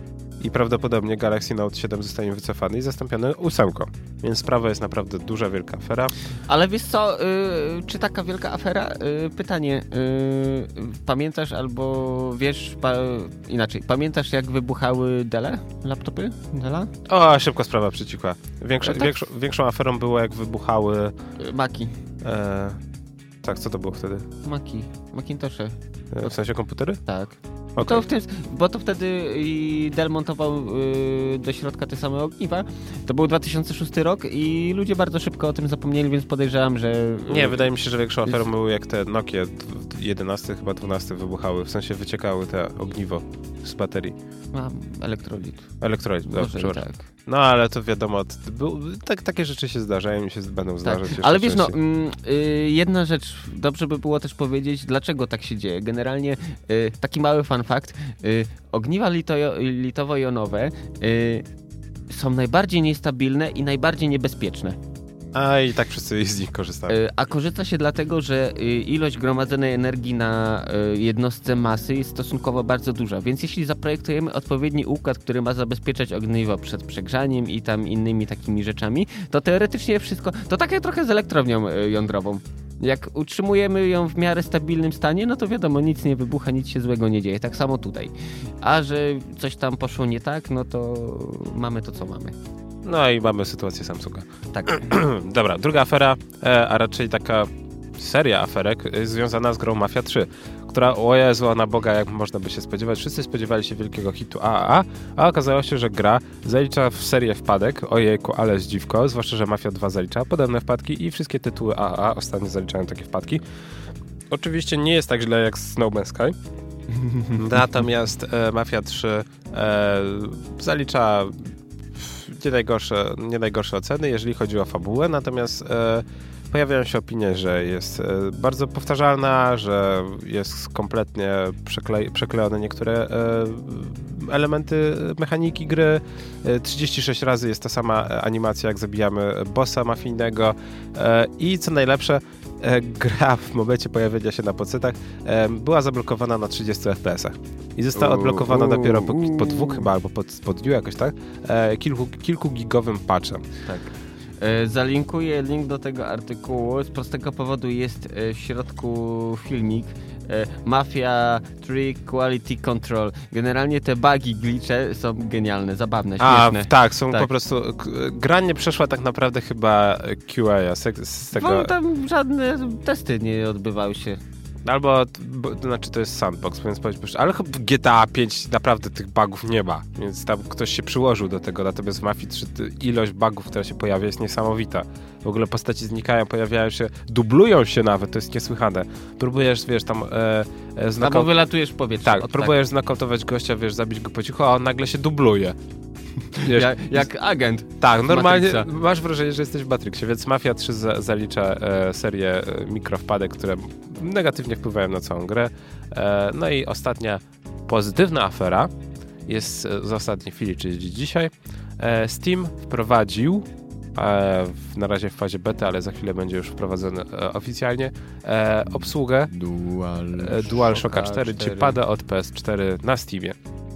I prawdopodobnie Galaxy Note siedem zostanie wycofany i zastąpiony ósemką. Więc sprawa jest naprawdę duża, wielka afera. Ale wiesz co, yy, czy taka wielka afera? Yy, pytanie, yy, pamiętasz albo wiesz, pa, inaczej, pamiętasz jak wybuchały Delle laptopy? Della? O, szybko sprawa przycichła. Większa, tak? większą, większą aferą było jak wybuchały... Yy, Maki. E, tak, co to było wtedy? Maki, Macintoshe. E, w sensie komputery? Tak. Okay. To w tym, bo to wtedy Dell montował yy, do środka te same ogniwa. To był dwa tysiące szósty rok i ludzie bardzo szybko o tym zapomnieli, więc podejrzewam, że... Yy, Nie, wydaje mi się, że większą aferą jest... były jak te Nokia jedenaste, chyba dwanaście wybuchały. W sensie wyciekały te ogniwo z baterii. Mam elektrolit. Elektrolit, dobrze. Tak. No ale to wiadomo, to był, tak, takie rzeczy się zdarzają i się będą zdarzać. Tak. Ale wiesz, no, mm, y, jedna rzecz, dobrze by było też powiedzieć, dlaczego tak się dzieje. Generalnie y, taki mały fun fact, y, ogniwa lito- litowo-jonowe y, są najbardziej niestabilne i najbardziej niebezpieczne. A i tak wszyscy z nich korzystają. A korzysta się dlatego, że ilość gromadzonej energii na jednostce masy jest stosunkowo bardzo duża, więc jeśli zaprojektujemy odpowiedni układ, który ma zabezpieczać ogniwo przed przegrzaniem i tam innymi takimi rzeczami, to teoretycznie wszystko, to tak jak trochę z elektrownią jądrową. Jak utrzymujemy ją w miarę stabilnym stanie, no to wiadomo, nic nie wybucha, nic się złego nie dzieje. Tak samo tutaj. A że coś tam poszło nie tak, no to mamy to, co mamy. No i mamy sytuację Samsunga. Tak. Dobra, druga afera, e, a raczej taka seria aferek jest związana z grą Mafia trzy, która, o Jezu, na Boga, jak można by się spodziewać, wszyscy spodziewali się wielkiego hitu A A A, a okazało się, że gra zalicza w serię wpadek, ojejku, ale zdziwko, zwłaszcza, że Mafia dwa zalicza podobne wpadki i wszystkie tytuły A A A ostatnio zaliczają takie wpadki. Oczywiście nie jest tak źle jak No Man's Sky, natomiast e, Mafia trzy e, zalicza Nie najgorsze, nie najgorsze oceny, jeżeli chodzi o fabułę, natomiast e, pojawiają się opinie, że jest e, bardzo powtarzalna, że jest kompletnie przekle, przeklejone niektóre e, elementy mechaniki gry. E, trzydzieści sześć razy jest ta sama animacja, jak zabijamy bossa mafijnego e, i co najlepsze, e, gra w momencie pojawienia się na pocetach e, była zablokowana na trzydziestu F P S-ach. I została odblokowana dopiero po, po dwóch chyba, albo po, po dniu jakoś, tak? E, kilku, kilkugigowym patchem. Tak. E, zalinkuję link do tego artykułu. Z prostego powodu jest e, w środku filmik. E, Mafia trzy Quality Control. Generalnie te bugi, glitche są genialne, zabawne, śmieszne. A, tak, są tak. po prostu... Gra nie przeszła tak naprawdę chyba Q A z, z tego... Bo tam żadne testy nie odbywały się. Albo, bo, to znaczy to jest sandbox, więc powiedzmy, ale chyba w G T A pięć naprawdę tych bugów nie ma, więc tam ktoś się przyłożył do tego, natomiast w Mafii trzy ilość bugów, która się pojawia, jest niesamowita. W ogóle postaci znikają, pojawiają się, dublują się nawet, to jest niesłychane. Próbujesz, wiesz, tam... E, e, znakau... Albo wylatujesz w powietrze. Tak, próbujesz tak. znakautować gościa, wiesz, zabić go po cichu, a on nagle się dubluje. Wiesz, jak, jak agent. Tak, normalnie Matrixa. Masz wrażenie, że jesteś w Matrixie, więc Mafia trzy za, zalicza e, serię e, mikrowpadek, które negatywnie wpływają na całą grę. E, no i ostatnia pozytywna afera jest z ostatniej chwili, czyli dzisiaj. E, Steam wprowadził, e, w, na razie w fazie bety, ale za chwilę będzie już wprowadzony e, oficjalnie, e, obsługę Dual, e, DualShocka cztery, czy pada od P S cztery na Steamie.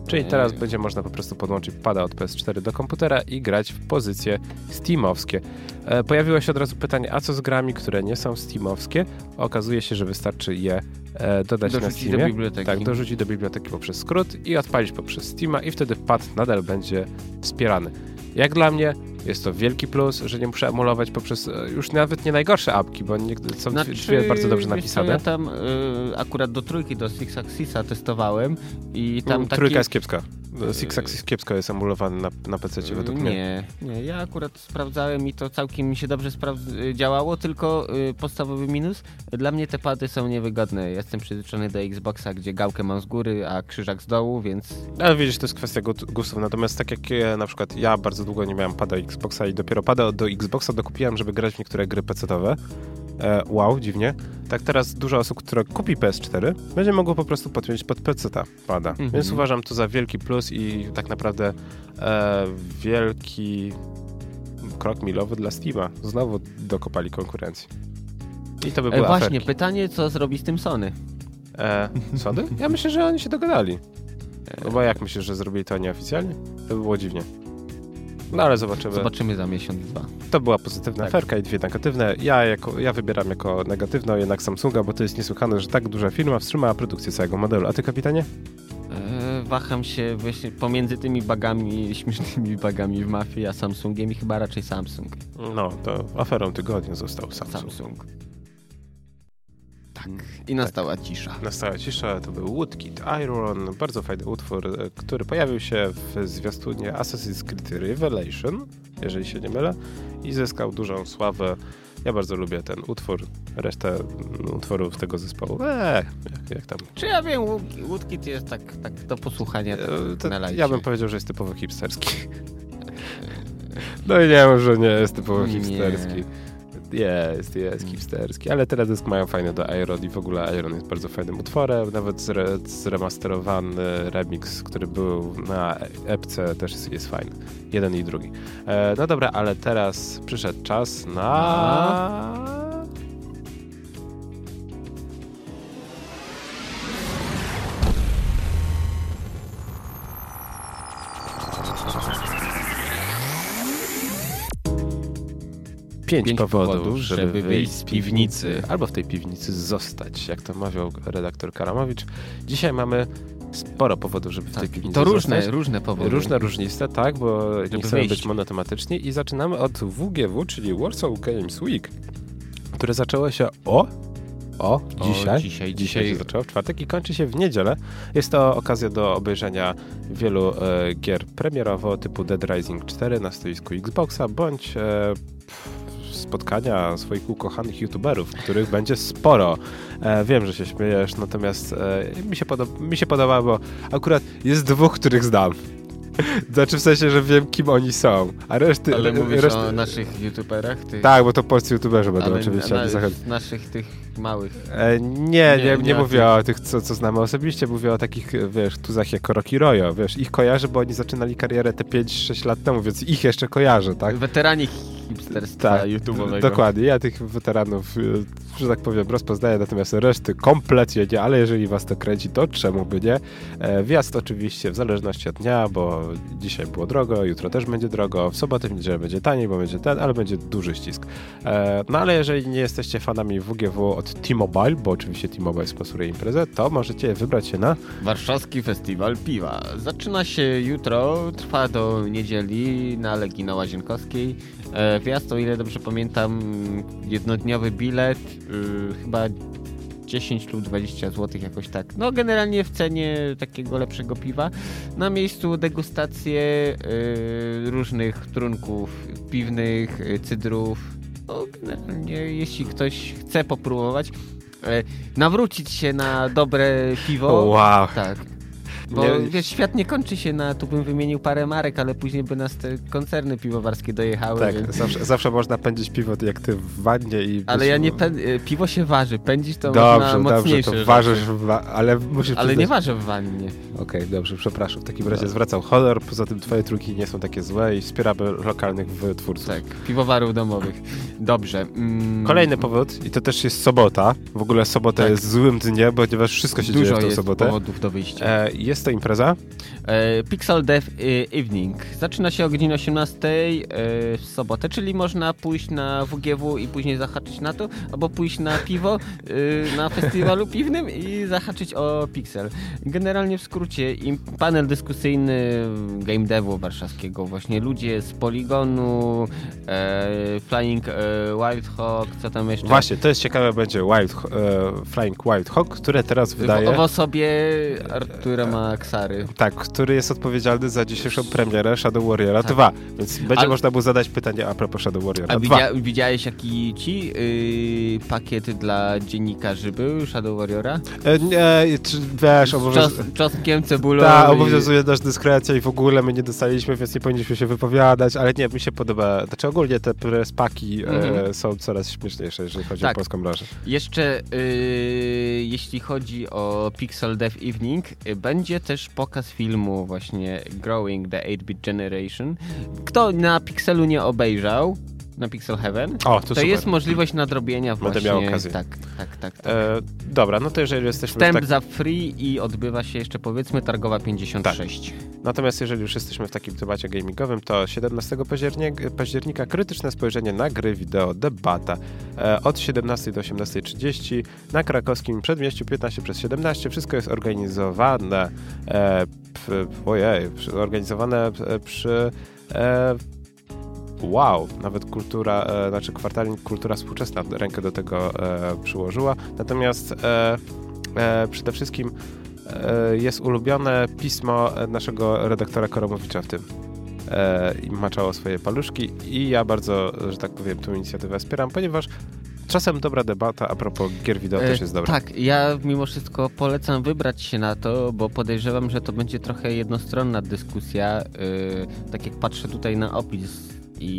Czyli teraz będzie można po prostu podłączyć pada od P S cztery do komputera i grać w pozycje steamowskie. E, pojawiło się od razu pytanie, a co z grami, które nie są steamowskie? Okazuje się, że wystarczy je e, dodać dorzucić na Steamie. do biblioteki. Tak, dorzucić do biblioteki poprzez skrót i odpalić poprzez Steama i wtedy pad nadal będzie wspierany. Jak dla mnie jest to wielki plus, że nie muszę emulować poprzez już nawet nie najgorsze apki, bo nie, są znaczy, dwie bardzo dobrze napisane. Co, ja tam y, akurat do trójki, do Six Axisa testowałem i tam no, takie... Trójka jest kiepska. Six Axis kiepsko jest emulowany na, na pececie według mnie. Nie, nie, ja akurat sprawdzałem i to całkiem mi się dobrze spra- działało, tylko y, podstawowy minus, dla mnie te pady są niewygodne. Jestem przyzwyczajony do Xboxa, gdzie gałkę mam z góry, a krzyżak z dołu, więc... Ale widzisz, to jest kwestia gustów, natomiast tak jak ja, na przykład ja bardzo długo nie miałem pada Xboxa i dopiero pada do Xboxa dokupiłem, żeby grać w niektóre gry pecetowe. E, wow, dziwnie. Tak teraz dużo osób, które kupi P S cztery, będzie mogło po prostu podpiąć pod peceta pada. Mhm. Więc uważam to za wielki plus i tak naprawdę e, wielki krok milowy dla Steama. Znowu dokopali konkurencji. I to by były e, Właśnie, aferki. pytanie, co zrobi z tym Sony? E, Sony? Ja myślę, że oni się dogadali. No bo jak myślisz, że zrobili to nieoficjalnie? To by było dziwnie. No ale zobaczymy. Zobaczymy za miesiąc, dwa. To była pozytywna tak. aferka i dwie negatywne. Ja, jako, ja wybieram jako negatywną jednak Samsunga, bo to jest niesłychane, że tak duża firma wstrzymała produkcję całego modelu. A ty, kapitanie? E, waham się właśnie pomiędzy tymi bugami, śmiesznymi bugami w Mafii, a Samsungiem i chyba raczej Samsung. No, to aferą tygodnia został Samsung. Samsung. Tak. I nastała tak. cisza. Nastała cisza, to był Woodkid Iron, bardzo fajny utwór, który pojawił się w zwiastunie Assassin's Creed Revelation, jeżeli się nie mylę, i zyskał dużą sławę. Ja bardzo lubię ten utwór, resztę utworów tego zespołu. Eee, jak, jak tam. Czy ja wiem, Woodkid jest tak, tak do posłuchania. Tak to, na ja bym powiedział, że jest typowo hipsterski. No i nie wiem, że nie jest typowo hipsterski. Jest, jest hipsterski, ale teledysk mają fajny do Iron i w ogóle Iron jest bardzo fajnym utworem, nawet zre, zremasterowany remix, który był na epce też jest, jest fajny. Jeden i drugi. E, no dobra, ale teraz przyszedł czas na... Pięć, Pięć powodów, powodów, żeby, żeby wyjść z piwnicy. Albo w tej piwnicy zostać, jak to mawiał redaktor Karamowicz. Dzisiaj mamy sporo powodów, żeby tak, w tej piwnicy to różne, zostać. różne powody. Różne, różniste, tak, bo żeby nie chcemy wyjść. być monotematyczni. I zaczynamy od W G W, czyli Warsaw Games Week, które zaczęło się o... O, dzisiaj. O, dzisiaj, dzisiaj dzisiaj się zaczęło w czwartek i kończy się w niedzielę. Jest to okazja do obejrzenia wielu e, gier premierowo typu Dead Rising cztery na stoisku Xboxa, bądź e, spotkania swoich ukochanych youtuberów, których będzie sporo. E, wiem, że się śmiejesz, natomiast e, mi, się podoba, mi się podoba, bo akurat jest dwóch, których znam. Znaczy w sensie, że wiem, kim oni są, a reszty... Ale mówisz reszty... o naszych youtuberach? Tych... Tak, bo to polscy youtuberzy będą ale, oczywiście. Ale zachęt... naszych tych małych. E, nie, nie, nie, nie mówię tych... o tych, co, co znamy osobiście, mówię o takich, wiesz, tuzach jak Rocky Royo, wiesz, ich kojarzę, bo oni zaczynali karierę te pięć sześć lat temu, więc ich jeszcze kojarzę, tak? Weterani hipsterstwa tak, YouTube'owego. Dokładnie, ja tych weteranów, że tak powiem, rozpoznaję, natomiast reszty kompletnie nie, ale jeżeli was to kręci, to czemu by nie? E, wjazd oczywiście w zależności od dnia, bo dzisiaj było drogo, jutro też będzie drogo, w sobotę, w niedzielę będzie taniej, bo będzie ten, ale będzie duży ścisk. E, no ale jeżeli nie jesteście fanami W G W od T-Mobile, bo oczywiście T-Mobile sponsoruje imprezę, to możecie wybrać się na... Warszawski Festiwal Piwa. Zaczyna się jutro, trwa do niedzieli na Legii na Łazienkowskiej. E, wjazd, o ile dobrze pamiętam, jednodniowy bilet, y, chyba dziesięć lub dwadzieścia złotych jakoś tak. No generalnie w cenie takiego lepszego piwa. Na miejscu degustacje y, różnych trunków piwnych, y, cydrów. No generalnie jeśli ktoś chce popróbować, y, nawrócić się na dobre piwo. Wow. Tak. Bo nie, wiesz, świat nie kończy się na, tu bym wymienił parę marek, ale później by nas te koncerny piwowarskie dojechały. Tak, więc... zawsze, zawsze można pędzić piwo jak ty w wannie i... Ale być... ja nie pę- piwo się waży, pędzić to dobrze, można mocniejsze. Dobrze, to ważysz, w wa- ale musisz... Ale nie ważę w wannie. Okej, okay, dobrze, przepraszam. W takim razie zwracam honor, poza tym twoje truki nie są takie złe i wspieramy lokalnych wytwórców. Tak, piwowarów domowych. Dobrze. Mm. Kolejny powód, i to też jest sobota. W ogóle sobota tak. jest złym dniem, ponieważ wszystko się Dużo dzieje w tą jest sobotę. powodów do wyjścia. E, jest to impreza? E, Pixel Dev Evening. Zaczyna się o godzinie osiemnastej e, w sobotę, czyli można pójść na W G W i później zahaczyć na to, albo pójść na piwo e, na festiwalu piwnym i zahaczyć o Pixel. Generalnie w skrócie im panel dyskusyjny game devu warszawskiego. Właśnie ludzie z Poligonu, e, Flying e, Wild Hog, co tam jeszcze? Właśnie, to jest ciekawe, będzie Wild, e, Flying Wild Hog, które teraz wydaje... W, w osobie Artura Maksary. Tak, który jest odpowiedzialny za dzisiejszą premierę Shadow Warriora tak. dwa, więc będzie Ale... można mu zadać pytanie a propos Shadow Warriora a dwa. Widzia, widziałeś jaki ci yy, pakiet dla dziennikarzy był Shadow Warriora? E, nie, czy, wiesz, obowiązuje... Czos, czosnkiem, cebulą. Tak, i... obowiązuje nas dyskrecja i w ogóle my nie dostaliśmy, więc nie powinniśmy się wypowiadać, ale nie, mi się podoba, znaczy ogólnie te spaki mm-hmm. e, są coraz śmieszniejsze, jeżeli chodzi tak. o polską branżę. Jeszcze yy, jeśli chodzi o Pixel Dev Evening, yy, będzie też pokaz filmu właśnie Growing the eight bit Generation. Kto na Pixelu nie obejrzał, na Pixel Heaven, o, to, to super. jest możliwość nadrobienia właśnie. Będę miał okazję. Tak, tak, tak. tak. E, dobra, no to jeżeli jesteśmy... Wstęp tak... za free i odbywa się jeszcze powiedzmy Targowa pięćdziesiąt sześć. Tak. Natomiast jeżeli już jesteśmy w takim temacie gamingowym, to siedemnastego października, października krytyczne spojrzenie na gry wideo debata e, od siedemnastej do osiemnastej trzydzieści na krakowskim Przedmieściu piętnaście przez siedemnaście. Wszystko jest organizowane e, przy, ojej, przy, organizowane przy e, wow, nawet kultura, e, znaczy kwartalnik Kultura Współczesna rękę do tego e, przyłożyła. Natomiast e, e, przede wszystkim e, jest ulubione pismo naszego redaktora Koromowicza w tym. E, I maczało swoje paluszki i ja bardzo, że tak powiem, tę inicjatywę wspieram, ponieważ czasem dobra debata a propos gier wideo e, też jest dobra. Tak, ja mimo wszystko polecam wybrać się na to, bo podejrzewam, że to będzie trochę jednostronna dyskusja. E, tak jak patrzę tutaj na opis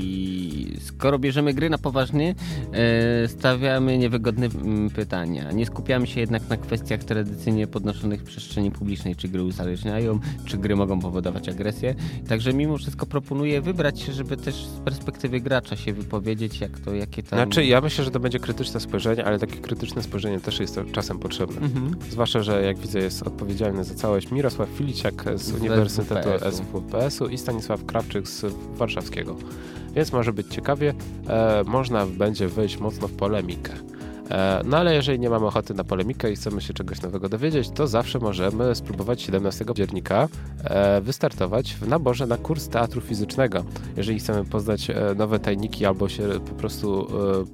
i skoro bierzemy gry na poważnie, e, stawiamy niewygodne m, pytania. Nie skupiamy się jednak na kwestiach tradycyjnie podnoszonych w przestrzeni publicznej, czy gry uzależniają, czy gry mogą powodować agresję. Także mimo wszystko proponuję wybrać się, żeby też z perspektywy gracza się wypowiedzieć, jak to, jakie tam... Znaczy, ja myślę, że to będzie krytyczne spojrzenie, ale takie krytyczne spojrzenie też jest czasem potrzebne. Mhm. Zwłaszcza, że jak widzę, jest odpowiedzialny za całość Mirosław Filiciak z, z Uniwersytetu S W P S-u i Stanisław Krawczyk z Warszawskiego. Więc może być ciekawie, e, można będzie wejść mocno w polemikę. E, no ale jeżeli nie mamy ochoty na polemikę i chcemy się czegoś nowego dowiedzieć, to zawsze możemy spróbować siedemnastego października e, wystartować w naborze na kurs teatru fizycznego. Jeżeli chcemy poznać e, nowe tajniki albo się po prostu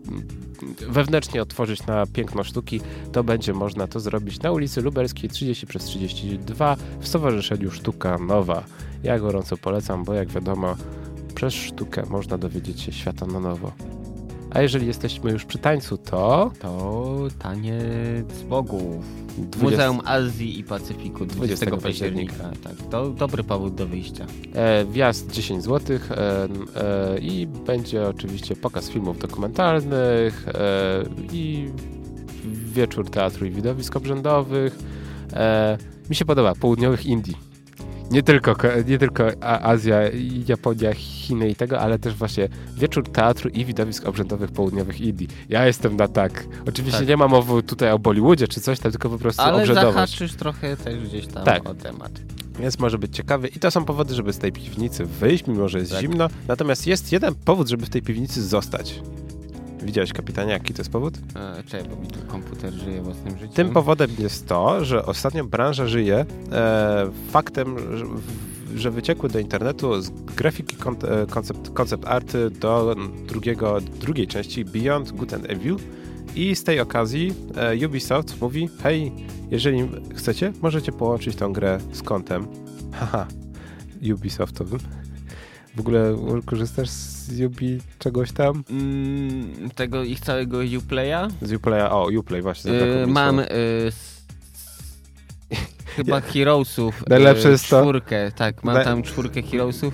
e, wewnętrznie otworzyć na piękno sztuki, to będzie można to zrobić na ulicy Lubelskiej trzydzieści przez trzydzieści dwa w Stowarzyszeniu Sztuka Nowa. Ja gorąco polecam, bo jak wiadomo, przez sztukę można dowiedzieć się świata na nowo. A jeżeli jesteśmy już przy tańcu, to... To taniec bogów. dwudziestego Muzeum Azji i Pacyfiku dwudziestego października. Tak, to dobry powód do wyjścia. E, wjazd dziesięć złotych e, e, i będzie oczywiście pokaz filmów dokumentalnych e, i wieczór teatru i widowisk obrzędowych. E, mi się podoba, południowych Indii. Nie tylko, nie tylko Azja, Japonia, Chiny i tego, ale też właśnie wieczór teatru i widowisk obrzędowych południowych Indii. Ja jestem na tak. Oczywiście tak. Nie ma mowy tutaj o Bollywoodzie czy coś, tam tylko po prostu ale obrzędowość. Ale zahaczysz trochę też gdzieś tam tak. o temat. Więc może być ciekawy i to są powody, żeby z tej piwnicy wyjść, mimo że jest tak. zimno. Natomiast jest jeden powód, żeby w tej piwnicy zostać. Widziałeś, kapitanie, jaki to jest powód? E, czekaj, bo mi tu komputer żyje własnym życiem. Tym powodem jest to, że ostatnio branża żyje e, faktem, że, że wyciekły do internetu z grafiki koncept, koncept arty do drugiego, drugiej części Beyond Good and Evil i z tej okazji e, Ubisoft mówi, hej, jeżeli chcecie, możecie połączyć tą grę z kontem haha, Ubisoftowym. W ogóle korzystasz z Ubi czegoś tam? Mm, tego ich całego Uplaya? Z Uplaya, o, Uplay właśnie. Yy, mam yy, s, chyba Heroesów. Najlepsze yy, jest to. Czwórkę, tak, mam Na... tam czwórkę Heroesów.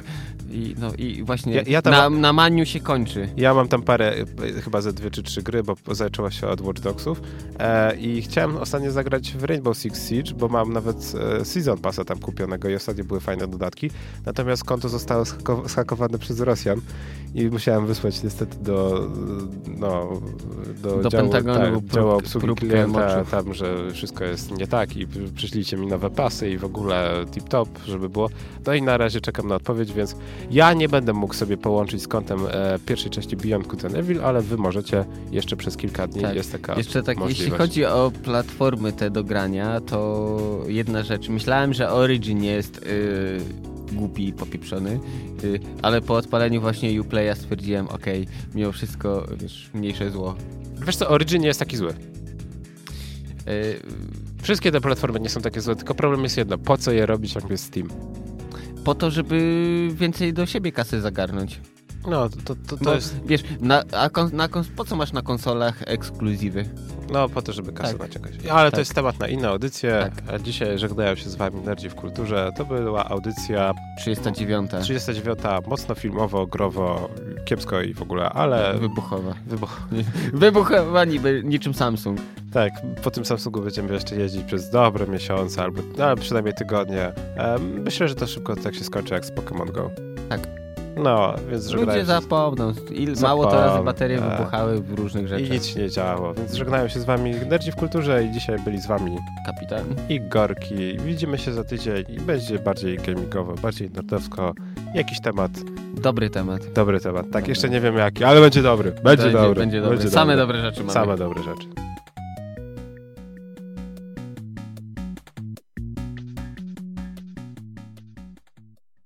I, no, i właśnie ja, ja tam na, mam, na maniu się kończy. Ja mam tam parę, chyba ze dwie czy trzy gry, bo zaczęło się od Watch Dogsów e, i chciałem ostatnio zagrać w Rainbow Six Siege, bo mam nawet e, Season Passa tam kupionego i ostatnio były fajne dodatki, natomiast konto zostało schako- schakowane przez Rosjan i musiałem wysłać niestety do no, do, do działu, Pentagonu tak, działu obsługi próbkę klienta, moczów. tam, że wszystko jest nie tak i przyślijcie mi nowe pasy i w ogóle tip-top, żeby było. No i na razie czekam na odpowiedź, więc ja nie będę mógł sobie połączyć z kontem e, pierwszej części Beyond Good and Evil, ale wy możecie jeszcze przez kilka dni, tak. jest taka Jeszcze tak, możliwość. jeśli chodzi o platformy te do grania, to jedna rzecz. Myślałem, że Origin jest yy, głupi i popieprzony, yy, ale po odpaleniu właśnie Uplaya stwierdziłem, okej, okay, mimo wszystko, wiesz, mniejsze zło. Wiesz co, Origin nie jest taki zły. Yy, Wszystkie te platformy nie są takie złe, tylko problem jest jedno, po co je robić, jak jest Steam? Po to, żeby więcej do siebie kasy zagarnąć. No, to, to, to, to Bo, jest... wiesz, na, a kon, na kons- po co masz na konsolach ekskluzywy? No, po to, żeby kasę Tak. naciągać. Ale Tak. to jest temat na inną audycję. Tak. A dzisiaj żegnają się z wami Nerdzi w Kulturze. To była audycja trzydziesta dziewiąta. trzydziesta dziewiąta, mocno filmowo, growo, kiepsko i w ogóle, ale... Wybuchowa. Wybuch... Wybuchowa niby niczym Samsung. Tak, po tym Samsungu będziemy jeszcze jeździć przez dobre miesiące, albo no, przynajmniej tygodnie. Um, myślę, że to szybko tak się skończy jak z Pokémon Go. Tak. No, więc żegnają Ludzie się... zapomną. Il, Zapomną, mało to razy baterie tak. wybuchały w różnych I rzeczach. nic się nie działo, więc żegnają się z wami Nerdzi w Kulturze i dzisiaj byli z wami Kapitan. i Gorki. Widzimy się za tydzień i będzie bardziej gamingowo, bardziej nerdowsko. Jakiś temat, Dobry temat. dobry temat. Tak, jeszcze nie wiem jaki, ale będzie dobry. Będzie, Będzie, dobry. będzie dobry. Będzie Same dobry. dobre rzeczy mamy. Same dobre rzeczy.